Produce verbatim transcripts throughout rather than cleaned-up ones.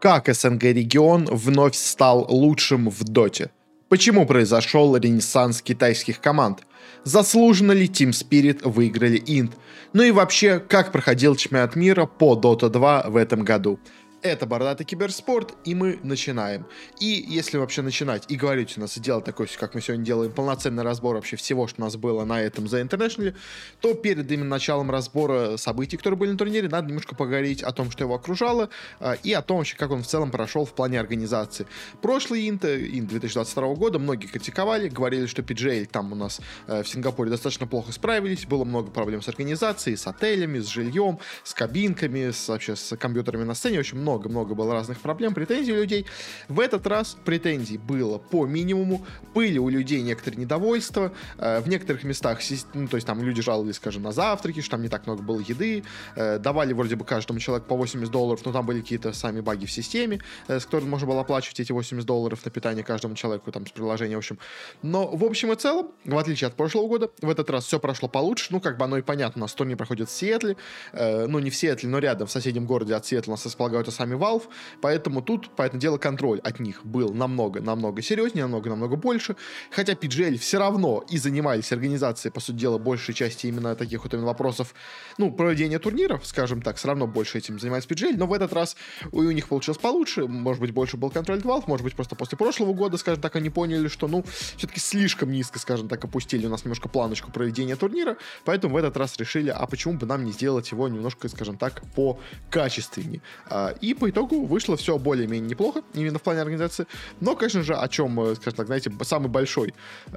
Как СНГ-регион вновь стал лучшим в доте? Почему произошел ренессанс китайских команд? Заслуженно ли Team Spirit выиграли Инт? Ну и вообще, как проходил чемпионат мира по Дота два в этом году? Это Бородатый Киберспорт, и мы начинаем. И если вообще начинать и говорить у нас, и делать такой, как мы сегодня делаем, полноценный разбор вообще всего, что у нас было на этом The International, то перед именно началом разбора событий, которые были на турнире, надо немножко поговорить о том, что его окружало, и о том вообще, как он в целом прошел в плане организации. Прошлый Инт, Инт две тысячи двадцать второго года, многие критиковали, говорили, что пи джей эл там у нас в Сингапуре достаточно плохо справились, было много проблем с организацией, с отелями, с жильем, с кабинками, с, вообще с компьютерами на сцене, очень много много-много было разных проблем, претензий у людей. В этот раз претензий было по минимуму, были у людей некоторые недовольства, в некоторых местах, ну, то есть там люди жаловались, скажем, на завтраки, что там не так много было еды, давали вроде бы каждому человеку по восемьдесят долларов, но там были какие-то сами баги в системе, с которыми можно было оплачивать эти восемьдесят долларов на питание каждому человеку там с приложения, в общем. Но в общем и целом, в отличие от прошлого года, в этот раз все прошло получше, ну, как бы оно и понятно, у нас турнир проходит в Сиэтле, ну, не в Сиэтле, но рядом, в соседнем городе от Сиэтла у нас располагаются сами Valve, поэтому тут, поэтому дело, контроль от них был намного-намного серьезнее, намного-намного больше, хотя пи джей эл все равно и занимались организацией, по сути дела, большей части именно таких вот именно вопросов, ну, проведения турниров, скажем так, все равно больше этим занимается пи джей эл, но в этот раз у, у них получилось получше, может быть, больше был контроль от Valve, может быть, просто после прошлого года, скажем так, они поняли, что, ну, все-таки слишком низко, скажем так, опустили у нас немножко планочку проведения турнира, поэтому в этот раз решили, а почему бы нам не сделать его немножко, скажем так, покачественнее. И по итогу вышло все более-менее неплохо, именно в плане организации, но, конечно же, о чем, скажем так, знаете, самый большой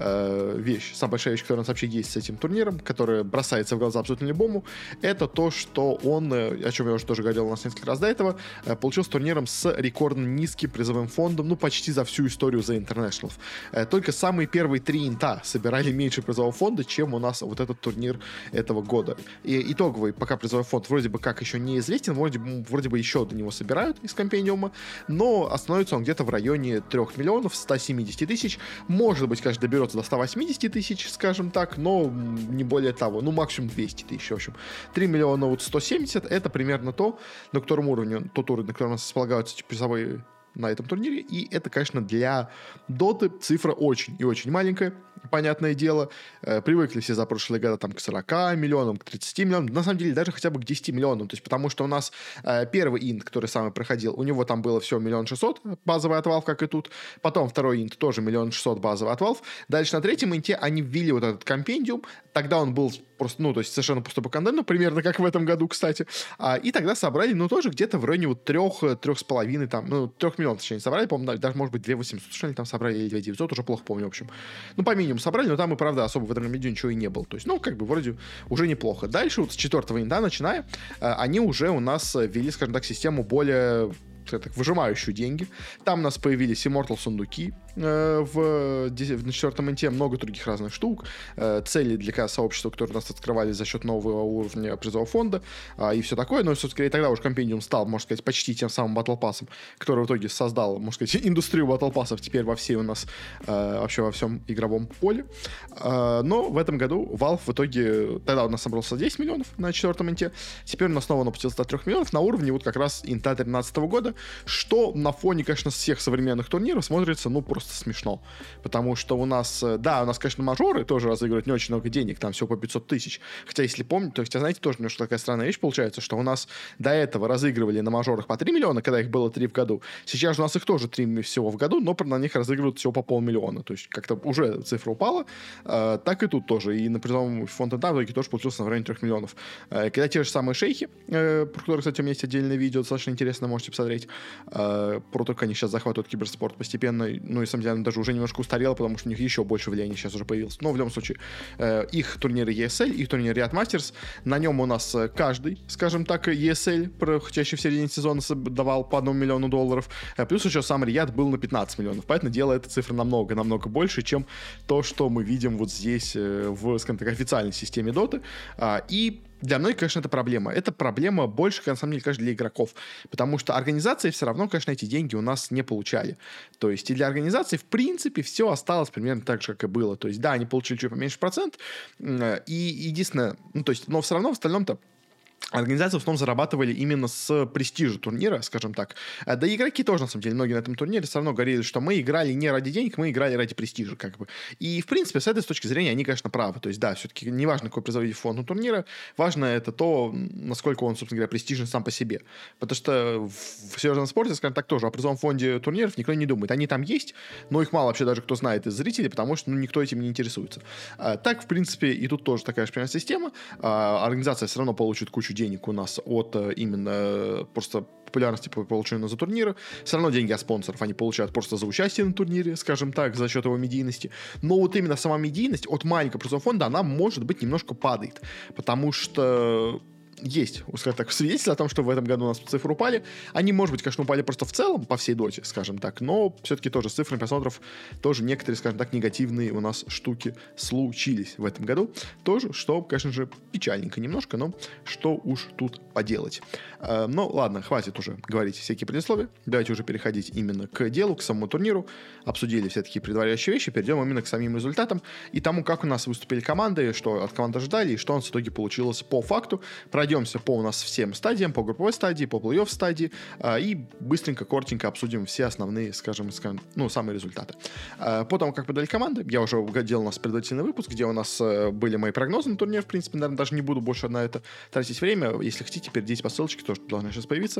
э, вещь, самая большая вещь, которая у нас вообще есть с этим турниром, которая бросается в глаза абсолютно любому, это то, что он, о чем я уже тоже говорил у нас несколько раз до этого, получился турниром с рекордно низким призовым фондом, ну, почти за всю историю The International. Только самые первые три инта собирали меньше призового фонда, чем у нас вот этот турнир этого года. И итоговый пока призовой фонд вроде бы как еще неизвестен, вроде, вроде бы еще до него собирают из компендиума, но остановится он где-то в районе трех миллионов сто семьдесят тысяч. Может быть, конечно, доберется до ста восьмидесяти тысяч, скажем так, но не более того. Ну, максимум двести тысяч, в общем. три миллиона вот сто семьдесят — это примерно то, на котором уровне, тот уровень, на котором у нас располагаются призовые на этом турнире, и это, конечно, для доты цифра очень и очень маленькая, понятное дело. Э, привыкли все за прошлые года там к сорока миллионам, к тридцати миллионам, на самом деле даже хотя бы к десяти миллионам, то есть потому что у нас э, первый инт, который самый проходил, у него там было всего миллион шестьсот базовый от Valve, как и тут, потом второй инт тоже миллион шестьсот базовый от Valve, дальше на третьем инте они ввели вот этот компендиум, тогда он был просто, ну, то есть совершенно пустой по контенту, примерно как в этом году, кстати, а, и тогда собрали, ну, тоже где-то в районе вот трех, трех с половиной, там, ну, трех миллионов, точнее, собрали, по-моему, даже, может быть, две тысячи восемьсот, что они там собрали, или две тысячи девятьсот, уже плохо помню, в общем. Ну, по минимуму собрали, но там и, правда, особо в этом видео ничего и не было, то есть, ну, как бы, вроде уже неплохо. Дальше, вот с четвертого инда, начиная, они уже у нас ввели, скажем так, систему более, так, выжимающую деньги. Там у нас появились Immortal сундуки э, в, на четвертом инте, много других разных штук, э, цели для сообщества, которые у нас открывались за счет нового уровня призового фонда э, и все такое, но, собственно, и тогда уже компендиум стал, можно сказать, почти тем самым Battle Pass'ом, который в итоге создал, можно сказать, индустрию Battle Pass'ов теперь во всей у нас, э, вообще во всем игровом поле. Э, но в этом году Valve в итоге, тогда у нас собрался десять миллионов на четвертом инте, теперь у нас снова он опустился до трех миллионов на уровне вот как раз инта тринадцатого года, что на фоне, конечно, всех современных турниров смотрится, ну, просто смешно. Потому что у нас, да, у нас, конечно, мажоры тоже разыгрывают не очень много денег, там всего по пятьсот тысяч. Хотя, если помните, то есть, знаете, тоже немножко такая странная вещь получается, что у нас до этого разыгрывали на мажорах по три миллиона, когда их было три в году. Сейчас у нас их тоже три всего в году, но на них разыгрывают всего по полмиллиона. То есть, как-то уже цифра упала. Э, так и тут тоже. И на призовом фонде да, в итоге тоже получился на районе трех миллионов. Э, когда те же самые шейхи, э, про которые, кстати, у меня есть отдельное видео, достаточно интересно, можете посмотреть, Uh, про то, как они сейчас захватывают киберспорт постепенно, ну и, самом деле, даже уже немножко устарело, потому что у них еще больше влияния сейчас уже появилось. Но в любом случае, uh, их турниры и эс эл, их турнир Riot Masters, на нем у нас uh, каждый, скажем так, и эс эл, чаще в середине сезона давал по одному миллиону долларов, uh, плюс еще сам Riot был на пятнадцать миллионов, поэтому дело эта цифра намного-намного больше, чем то, что мы видим вот здесь uh, в, скажем так, официальной системе Доты, uh, и для многих, конечно, это проблема. Это проблема больше, на самом деле, конечно, для игроков. Потому что организации все равно, конечно, эти деньги у нас не получали. То есть и для организации, в принципе, все осталось примерно так же, как и было. То есть, да, они получили чуть поменьше процент. И единственное, ну, то есть, но все равно в остальном-то Организации в основном зарабатывали именно с престижа турнира, скажем так. Да и игроки тоже, на самом деле, многие на этом турнире все равно говорили, что мы играли не ради денег, мы играли ради престижа, как бы. И, в принципе, с этой с точки зрения они, конечно, правы. То есть, да, все-таки не важно, какой призовой фонд у турнира, важно это то, насколько он, собственно говоря, престижен сам по себе. Потому что в серьезном спорте, скажем так, тоже о призовом фонде турниров никто не думает. Они там есть, но их мало вообще даже кто знает из зрителей, потому что ну, никто этим не интересуется. А, так, в принципе, и тут тоже такая же примерно система. А, организация все равно получит кучу денег у нас от именно просто популярности, полученной за турниры. Все равно деньги от спонсоров они получают просто за участие на турнире, скажем так, за счет его медийности. Но вот именно сама медийность от маленького призового фонда, она, может быть, немножко падает. Потому что есть, скажем так, свидетельства о том, что в этом году у нас цифры упали. Они, может быть, конечно, упали просто в целом по всей доте, скажем так, но все-таки тоже с цифрами просмотров тоже некоторые, скажем так, негативные у нас штуки случились в этом году. Тоже, что, конечно же, печальненько немножко, но что уж тут поделать. Э, ну, ладно, хватит уже говорить всякие предисловия. Давайте уже переходить именно к делу, к самому турниру. Обсудили все такие предваряющие вещи, перейдем именно к самим результатам и тому, как у нас выступили команды, что от команд ожидали и что у нас в итоге получилось по факту. Пройдемся по у нас всем стадиям, по групповой стадии, по плей-офф стадии, э, и быстренько, коротенько обсудим все основные, скажем, скажем ну, самые результаты. Э, по тому, как подали команды, я уже делал у нас предварительный выпуск, где у нас э, были мои прогнозы на турнир, в принципе, наверное, даже не буду больше на это тратить время. Если хотите, перейдите по ссылочке, тоже должна сейчас появиться,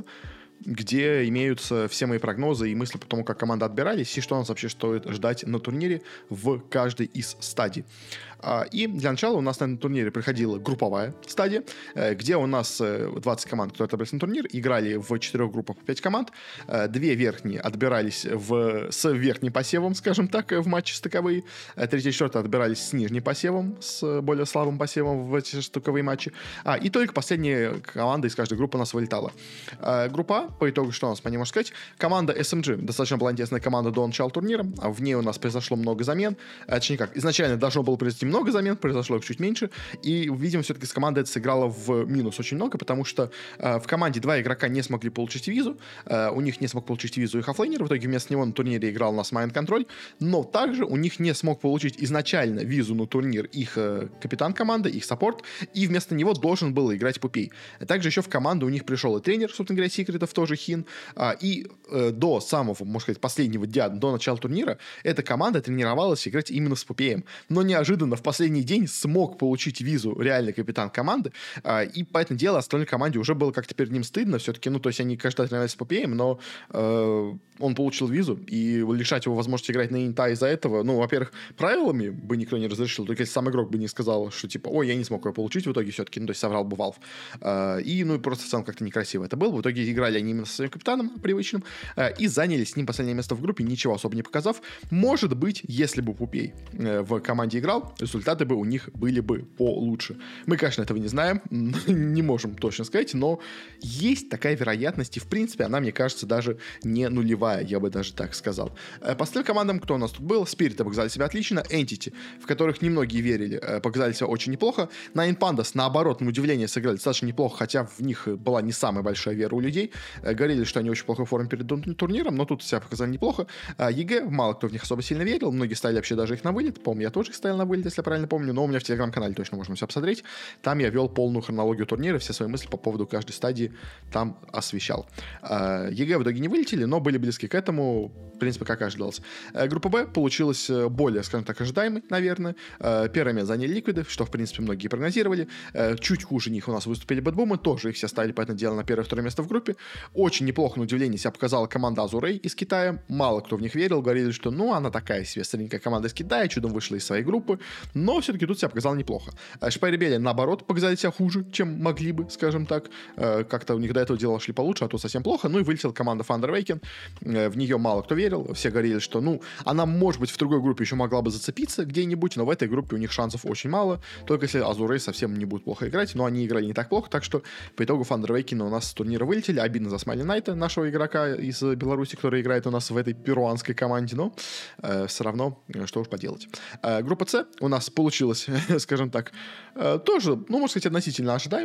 где имеются все мои прогнозы и мысли по тому, как команды отбирались и что нас вообще стоит ждать на турнире в каждой из стадий. Э, и для начала у нас на этом турнире проходила групповая стадия, э, где у нас двадцать команд, которые отобрались на турнир, играли в четырех группах по пять команд. Две верхние отбирались в, с верхним посевом, скажем так, в матчи стыковые. Третья и четвертая отбирались с нижним посевом, с более слабым посевом в эти стыковые матчи. А, и только последняя команда из каждой группы у нас вылетала. Группа, по итогу, что у нас по ней можно сказать? Команда эс эм джи, достаточно была интересная команда до начала турнира. В ней у нас произошло много замен. Точнее как, изначально должно было произойти много замен, произошло их чуть меньше. И, видимо, все-таки с командой это сыграло в минус очень много, потому что э, в команде два игрока не смогли получить визу, э, у них не смог получить визу их оффлейнер, в итоге вместо него на турнире играл у нас Mind Control, но также у них не смог получить изначально визу на турнир их э, капитан команды, их саппорт, и вместо него должен был играть Пупей. Также еще в команду у них пришел и тренер, собственно говоря, Секретов, тоже Хин, э, и э, до самого, можно сказать, последнего дня, до начала турнира, эта команда тренировалась играть именно с Пупеем, но неожиданно в последний день смог получить визу реальный капитан команды, э, и поэтому дело остальной команде уже было как-то перед ним стыдно все-таки, ну, то есть они, конечно, тренировались с Пупеем, но э, он получил визу, и лишать его возможности играть на инта из-за этого, ну, во-первых, правилами бы никто не разрешил, только если сам игрок бы не сказал, что, типа, ой, я не смог его получить в итоге все-таки, ну, то есть соврал бы Valve. Э, и, ну, просто в целом как-то некрасиво это было. В итоге играли они именно со своим капитаном привычным э, и заняли с ним последнее место в группе, ничего особо не показав. Может быть, если бы Пупей э, в команде играл, результаты бы у них были бы получше. Мы, конечно, этого не знаем, не можем точно сказать, но есть такая вероятность, и, в принципе, она, мне кажется, даже не нулевая, я бы даже так сказал. По остальным командам, кто у нас тут был, Spirit показали себя отлично, Entity, в которых немногие верили, показали себя очень неплохо, Nine Pandas, наоборот, на удивление, сыграли достаточно неплохо, хотя в них была не самая большая вера у людей, говорили, что они очень в плохой форме перед турниром, но тут себя показали неплохо. ЕГЭ, мало кто в них особо сильно верил, многие ставили вообще даже их на вылет, по-моему, я тоже их ставил на вылет, если я правильно помню, но у меня в телеграм-канале точно можно все посмотреть, там я вел полную хронологию турнира, все свои мысли по поводу каждой стадии там освещал. ЕГЭ в итоге не вылетели, но были близки к этому, в принципе, как ожидалось. Группа Б получилась более, скажем так, ожидаемой, наверное. Первое место заняли Ликвиды, что, в принципе, многие прогнозировали. Чуть хуже них у нас выступили Бэтбумы, тоже их все ставили, поэтому дело на первое-второе место в группе. Очень неплохо, на удивление, себя показала команда Азурей из Китая. Мало кто в них верил, говорили, что, ну, она такая себе средненькая команда из Китая, чудом вышла из своей группы, но все-таки тут себя показала неплохо. Шпай Ребелия, наоборот, показали себя хуже, чем могли бы, скажем так. Как-то у них до этого дела шли получше, а тут совсем плохо. Ну и вылетела команда Thunder Waken. В нее мало кто верил. Все говорили, что, ну, она, может быть, в другой группе еще могла бы зацепиться где-нибудь, но в этой группе у них шансов очень мало. Только если Азурей совсем не будут плохо играть. Но они играли не так плохо, так что по итогу Thunder Waken у нас с турнира вылетели. Обидно за Смайли Найта, нашего игрока из Беларуси, который играет у нас в этой перуанской команде. Но э, все равно, что уж поделать. Э, группа С у нас получилась, скажем так, э, тоже, ну, можно сказать, относительно ожидаемой.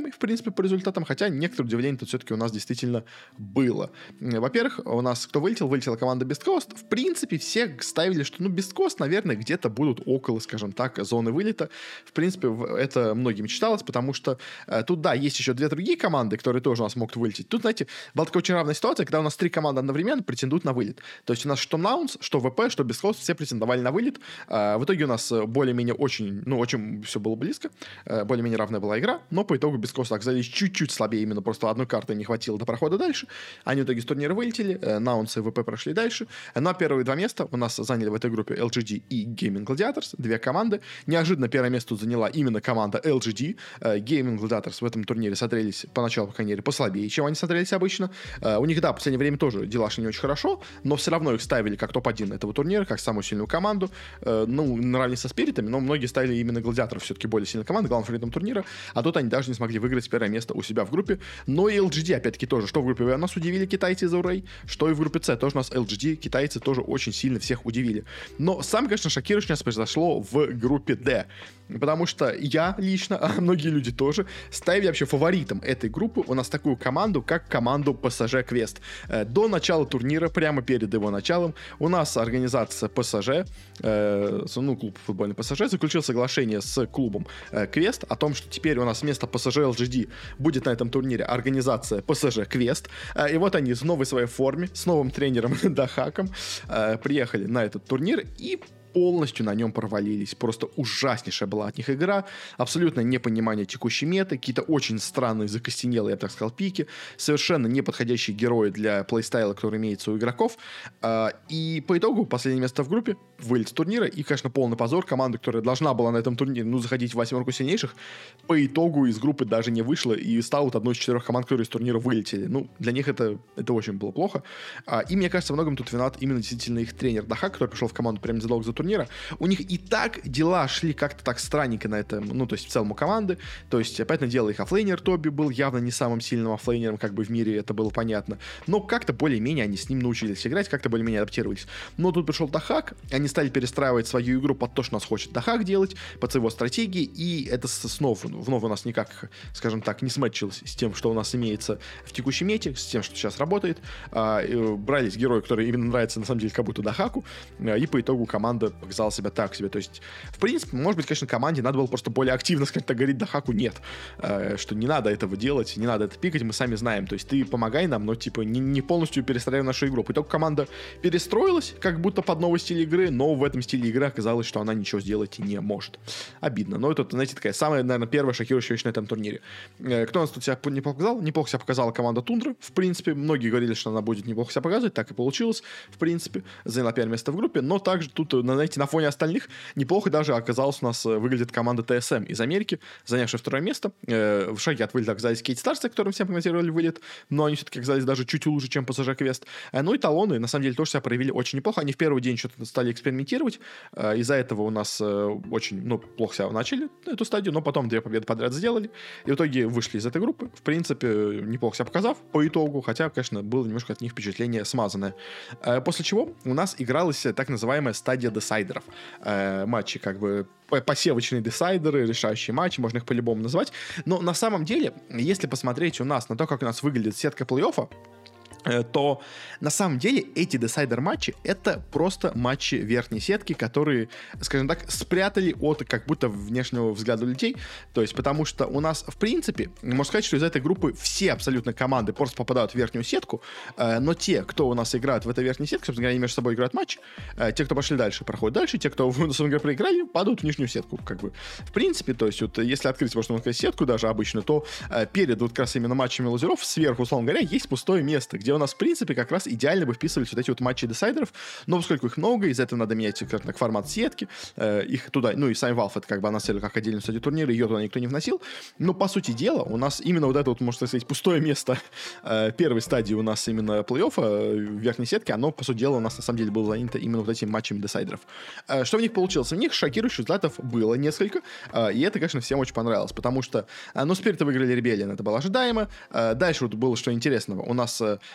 в принципе, по результатам, хотя некоторое удивление тут все-таки у нас действительно было. Во-первых, у нас кто вылетел? Вылетела команда Best Coast. В принципе, все ставили, что, ну, Best Coast, наверное, где-то будут около, скажем так, зоны вылета. В принципе, это многим читалось, потому что э, тут, да, есть еще две другие команды, которые тоже у нас могут вылететь. Тут, знаете, была такая очень равная ситуация, когда у нас три команды одновременно претендуют на вылет. То есть у нас что Наунс, что ВП, что Best Coast, все претендовали на вылет. Э, в итоге у нас более-менее очень, ну, очень все было близко. Э, более-менее равная была игра, но по итогу Best Coast оказались чуть-чуть слабее, именно просто одной карты не хватило до прохода дальше. Они в итоге с турнира вылетели, э, Наунс и ВП прошли дальше. Но первые два места у нас заняли в этой группе эл джи ди и Gaming Gladiators, две команды. Неожиданно первое место тут заняла именно команда эл джи ди. Э, Gaming Gladiators в этом турнире смотрелись поначалу, по крайней мере, послабее, чем они смотрелись обычно. Э, у них, да, в последнее время тоже дела шли не очень хорошо, но все равно их ставили как топ один этого турнира, как самую сильную команду. Э, ну, наравне со спиритами, но многие ставили именно Гладиаторов все-таки более сильной командой, главным фаворитом турнира, а тут они даже не смогли выиграть первое место у себя в группе. Но и эл джи ди, опять-таки, тоже, что в группе В нас удивили китайцы из Урей, что и в группе С тоже у нас эл джи ди, китайцы тоже очень сильно всех удивили. Но самое, конечно, шокирующее у нас произошло в группе Д, потому что я лично, а многие люди тоже, ставили вообще фаворитом этой группы у нас такую команду, как команду пэ эс жэ Quest. До начала турнира, прямо перед его началом, у нас организация пэ эс жэ, э, ну, клуб футбольный пэ эс жэ, заключил соглашение с клубом э, Quest о том, что теперь у нас вместо пэ эс жэ эл джи ди будет на этом турнире организация пэ эс жэ Quest. Э, и вот они в новой своей форме, с новым тренером Дахаком э, приехали на этот турнир и полностью на нем провалились. Просто ужаснейшая была от них игра, абсолютное непонимание текущей меты, какие-то очень странные, закостенелые, я бы так сказал, пики, совершенно неподходящие герои для плейстайла, который имеется у игроков. И по итогу последнее место в группе, вылет с турнира, и, конечно, полный позор. Команда, которая должна была на этом турнире, ну, заходить в восьмерку сильнейших, по итогу из группы даже не вышла и стала вот одной из четырех команд, которые из турнира вылетели. Ну, для них это, это очень было плохо. И, мне кажется, во многом тут виноват именно действительно их тренер Дахак, который пришел в команду прямо незадолго за турнира. У них и так дела шли как-то так странненько на этом, ну, то есть в целом у команды. То есть, опять на дело, их оффлейнер Тоби был явно не самым сильным оффлейнером, как бы в мире это было понятно. Но как-то более-менее они с ним научились играть, как-то более-менее адаптировались. Но тут пришел Дахак, они стали перестраивать свою игру под то, что нас хочет Дахак делать, под его стратегии, и это снова, вновь у нас никак, скажем так, не смэтчилось с тем, что у нас имеется в текущем мете, с тем, что сейчас работает. Брались герои, которые именно нравятся, на самом деле, как будто Дахаку, и по итогу команда показала себя так себе. То есть, в принципе, может быть, конечно, команде надо было просто более активно, скажем так, говорить Дахаку нет, э, что не надо этого делать, не надо это пикать, мы сами знаем. То есть, ты помогай нам, но, типа, не, не полностью перестраивай нашу игру. По итогу команда перестроилась, как будто под новый стиль игры, но в этом стиле игры оказалось, что она ничего сделать не может. Обидно. Но это, знаете, такая самая, наверное, первая шокирующая вещь на этом турнире. Э, кто у нас тут себя неплохо показал? Неплохо себя показала команда Тундра. В принципе, многие говорили, что она будет неплохо себя показывать, так и получилось, в принципе. Заняла первое место в группе, но также тут, знаете, на фоне остальных неплохо даже оказалось у нас выглядит команда тэ эс эм из Америки, занявшая второе место. Э, в шаге от вылета оказались Кейт Старсы, которым всем комментировали вылет, но они все-таки оказались даже чуть лучше, чем пэ эс жэ Quest. Э, ну и талоны, на самом деле, тоже себя проявили очень неплохо. Они в первый день что-то стали экспериментировать. Э, из-за этого у нас э, очень, ну, плохо себя начали эту стадию, но потом две победы подряд сделали. И в итоге вышли из этой группы. В принципе, неплохо себя показав по итогу, хотя, конечно, было немножко от них впечатление смазанное. Э, после чего у нас игралась так называемая стадия десайдеров. Э, матчи как бы посевочные десайдеры, решающие матчи, можно их по-любому назвать. Но на самом деле, если посмотреть у нас на то, как у нас выглядит сетка плей-оффа, то на самом деле эти десайдер-матчи — это просто матчи верхней сетки, которые, скажем так, спрятали от как будто внешнего взгляда людей. То есть потому что у нас, в принципе, можно сказать, что из этой группы все абсолютно команды просто попадают в верхнюю сетку, но те, кто у нас играют в этой верхней сетке, собственно говоря, они между собой играют матч, те, кто пошли дальше, проходят дальше, те, кто, собственно говоря, проиграли, падают в нижнюю сетку, как бы. В принципе, то есть вот если открыть, можно сказать, сетку даже обычно, то перед вот как раз именно матчами лузеров сверху, условно говоря, есть пустое место, где у нас, в принципе, как раз идеально бы вписывались вот эти вот матчи десайдеров, но поскольку их много, из-за этого надо менять, как так, формат сетки, э, их туда, ну и сам Valve это как бы анонсировали как отдельную стадию турнира, ее туда никто не вносил, но по сути дела у нас именно вот это вот, можно сказать, пустое место э, первой стадии у нас именно плей-оффа э, в верхней сетке, оно, по сути дела, у нас на самом деле было занято именно вот этими матчами десайдеров. Э, что в них получилось? В них шокирующих результатов было несколько, э, и это, конечно, всем очень понравилось, потому что, э, ну, Спириты выиграли Ребелиан, это было ожидаемо, э, дальше вот было что интересного, у нас э,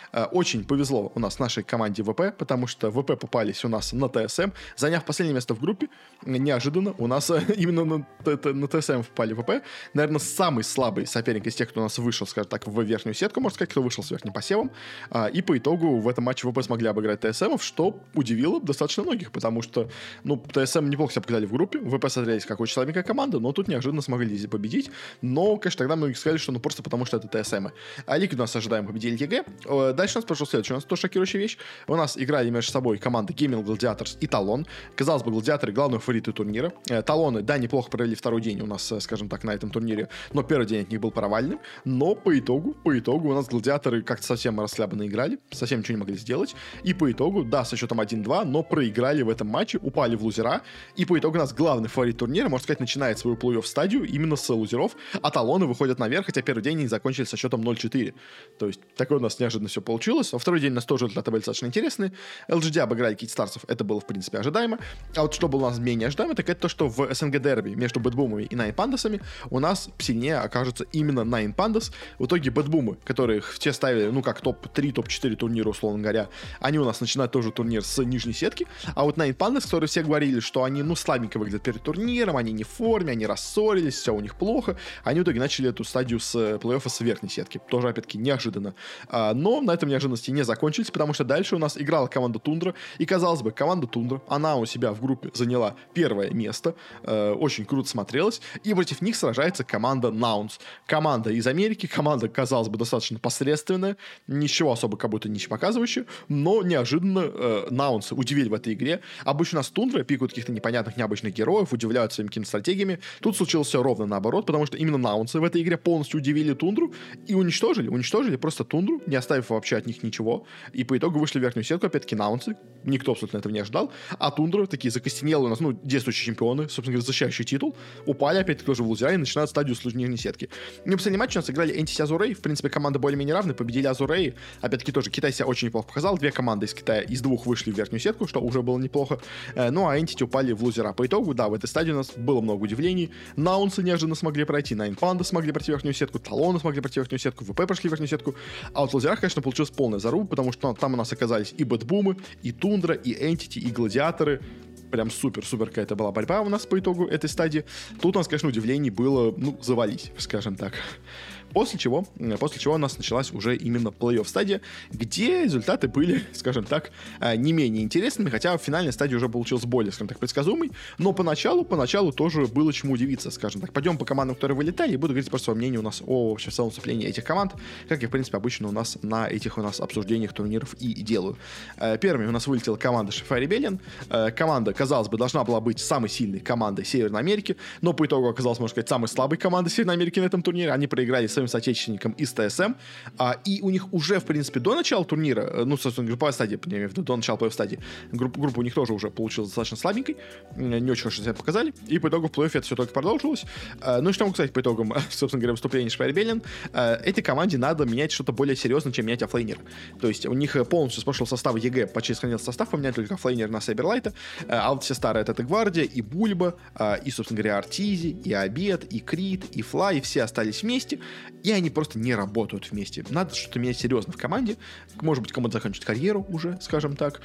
Очень повезло у нас нашей команде ВП, потому что ВП попались у нас на ТСМ, заняв последнее место в группе. Неожиданно у нас именно на, на ТСМ попали ВП. Наверное, самый слабый соперник из тех, кто у нас вышел, скажем так, в верхнюю сетку, можно сказать, кто вышел с верхним посевом. И по итогу в этом матче ВП смогли обыграть ТСМов, что удивило достаточно многих, потому что, ну, ТСМ неплохо себя показали в группе, ВП смотрелись как очень слабенькая команда, но тут неожиданно смогли победить. Но, конечно, тогда многие сказали, что ну просто потому, что это ТСМы. А Лиги у нас ожидаем победили ЕГЭ. Дальше у нас прошел следующий. У нас тоже шокирующая вещь. У нас играли между собой команды Gaming Gladiators и Талон. Казалось бы, Гладиаторы — главные фавориты турнира. Талоны, да, неплохо провели второй день у нас, скажем так, на этом турнире, но первый день от них был провальным. Но по итогу, по итогу у нас Гладиаторы как-то совсем расслабленно играли, совсем ничего не могли сделать. И по итогу, да, со счетом один-два, но проиграли в этом матче, упали в лузера. И по итогу у нас главный фаворит турнира, можно сказать, начинает свою плей-офф стадию именно с лузеров, а Талоны выходят наверх, хотя первый день они закончили со счетом ноль-четыре. То есть такое у нас неожиданно все получилось. Во второй день у нас тоже результаты были достаточно интересные. эл джи ди обыграли Китстарсов, это было в принципе ожидаемо. А вот что было у нас менее ожидаемо, так это то, что в СНГ дерби между Бэтбумами и Nine Pandas'ами у нас сильнее окажется именно Nine Pandas. В итоге Бэтбумы, которых все ставили, ну как топ-три, топ-четыре турнира, условно говоря, они у нас начинают тоже турнир с нижней сетки. А вот Nine Pandas, которые все говорили, что они, ну, слабенько выглядят перед турниром, они не в форме, они рассорились, все у них плохо, они в итоге начали эту стадию с плей-оффа с верхней сетки. Тоже, опять-таки, неожиданно. А, но на этом неожиданности не закончились, потому что дальше у нас играла команда Тундра, и, казалось бы, команда Тундра, она у себя в группе заняла первое место, э, очень круто смотрелась, и против них сражается команда Наунс. Команда из Америки, команда, казалось бы, достаточно посредственная, ничего особо как будто не показывающая, но неожиданно э, Наунсы удивили в этой игре. Обычно у нас Тундра пикают каких-то непонятных, необычных героев, удивляют своими какими-то стратегиями. Тут случилось все ровно наоборот, потому что именно Наунсы в этой игре полностью удивили Тундру и уничтожили, уничтожили просто Тундру, не оставив вообще от них ничего. И по итогу вышли в верхнюю сетку, опять-таки Наунсы. Никто абсолютно этого не ожидал. А Тундра, такие закостенелые у нас, ну, действующие чемпионы, собственно говоря, защищающий титул, упали опять-таки тоже в лузера и начинают стадию с нижней сетки. И в последний матч у нас играли Entity Azurei. В принципе, команда более-менее равны, победили Azurei. Опять-таки тоже Китай себя очень неплохо показал. Две команды из Китая из двух вышли в верхнюю сетку, что уже было неплохо. Ну, а Entity упали в лузера. По итогу, да, в этой стадии у нас было много удивлений. Наунсы неожиданно смогли пройти, Nine Pandas смогли пройти верхнюю сетку, Талоны смогли пройти верхнюю сетку, ВП прошли верхнюю сетку. А вот в лузерах, конечно, получилась полная заруба, потому что там у нас оказались и Бэтбумы, и Тундра, и Entity, и Гладиаторы. Прям супер-супер какая-то была борьба у нас по итогу этой стадии. Тут у нас, конечно, удивлений было, ну, завались, скажем так. После чего, после чего у нас началась уже именно плей-офф стадия, где результаты были, скажем так, не менее интересными, хотя в финальной стадии уже получилось более, скажем так, предсказуемый, но поначалу, поначалу тоже было чему удивиться, скажем так. Пойдем по командам, которые вылетали, и буду говорить просто свое мнение у нас о вообще в целом выступлении этих команд, как я, в принципе, обычно у нас на этих у нас обсуждениях турниров и делаю. Первыми у нас вылетела команда Шифа Ребелиан. Команда, казалось бы, должна была быть самой сильной командой Северной Америки, но по итогу оказалась, можно сказать, самой слабой командой Северной Америки на этом турнире. Они проиграли своим соотечественникам из ТСМ, а, и у них уже, в принципе, до начала турнира, ну, собственно, групповая стадия, я имею в виду, до начала плей-офф стадии, группа, группа у них тоже уже получилась достаточно слабенькой, не очень хорошо себя показали, и по итогу в плей-оффе это все только продолжилось. А, ну и что могу сказать по итогам, собственно говоря, выступления Шифа Ребелиан, а, этой команде надо менять что-то более серьезное, чем менять оффлейнер. То есть у них полностью с прошлого состава ЕГЭ почти сохранился состав, поменять только оффлейнер на Сайберлайта, а вот все старые это Гвардия, и Бульба, и, собственно говоря, Артизи, и Обед, и Крит, и Флай, все остались вместе, и они просто не работают вместе. Надо что-то менять серьезно в команде. Может быть, кому-то закончит карьеру уже, скажем так.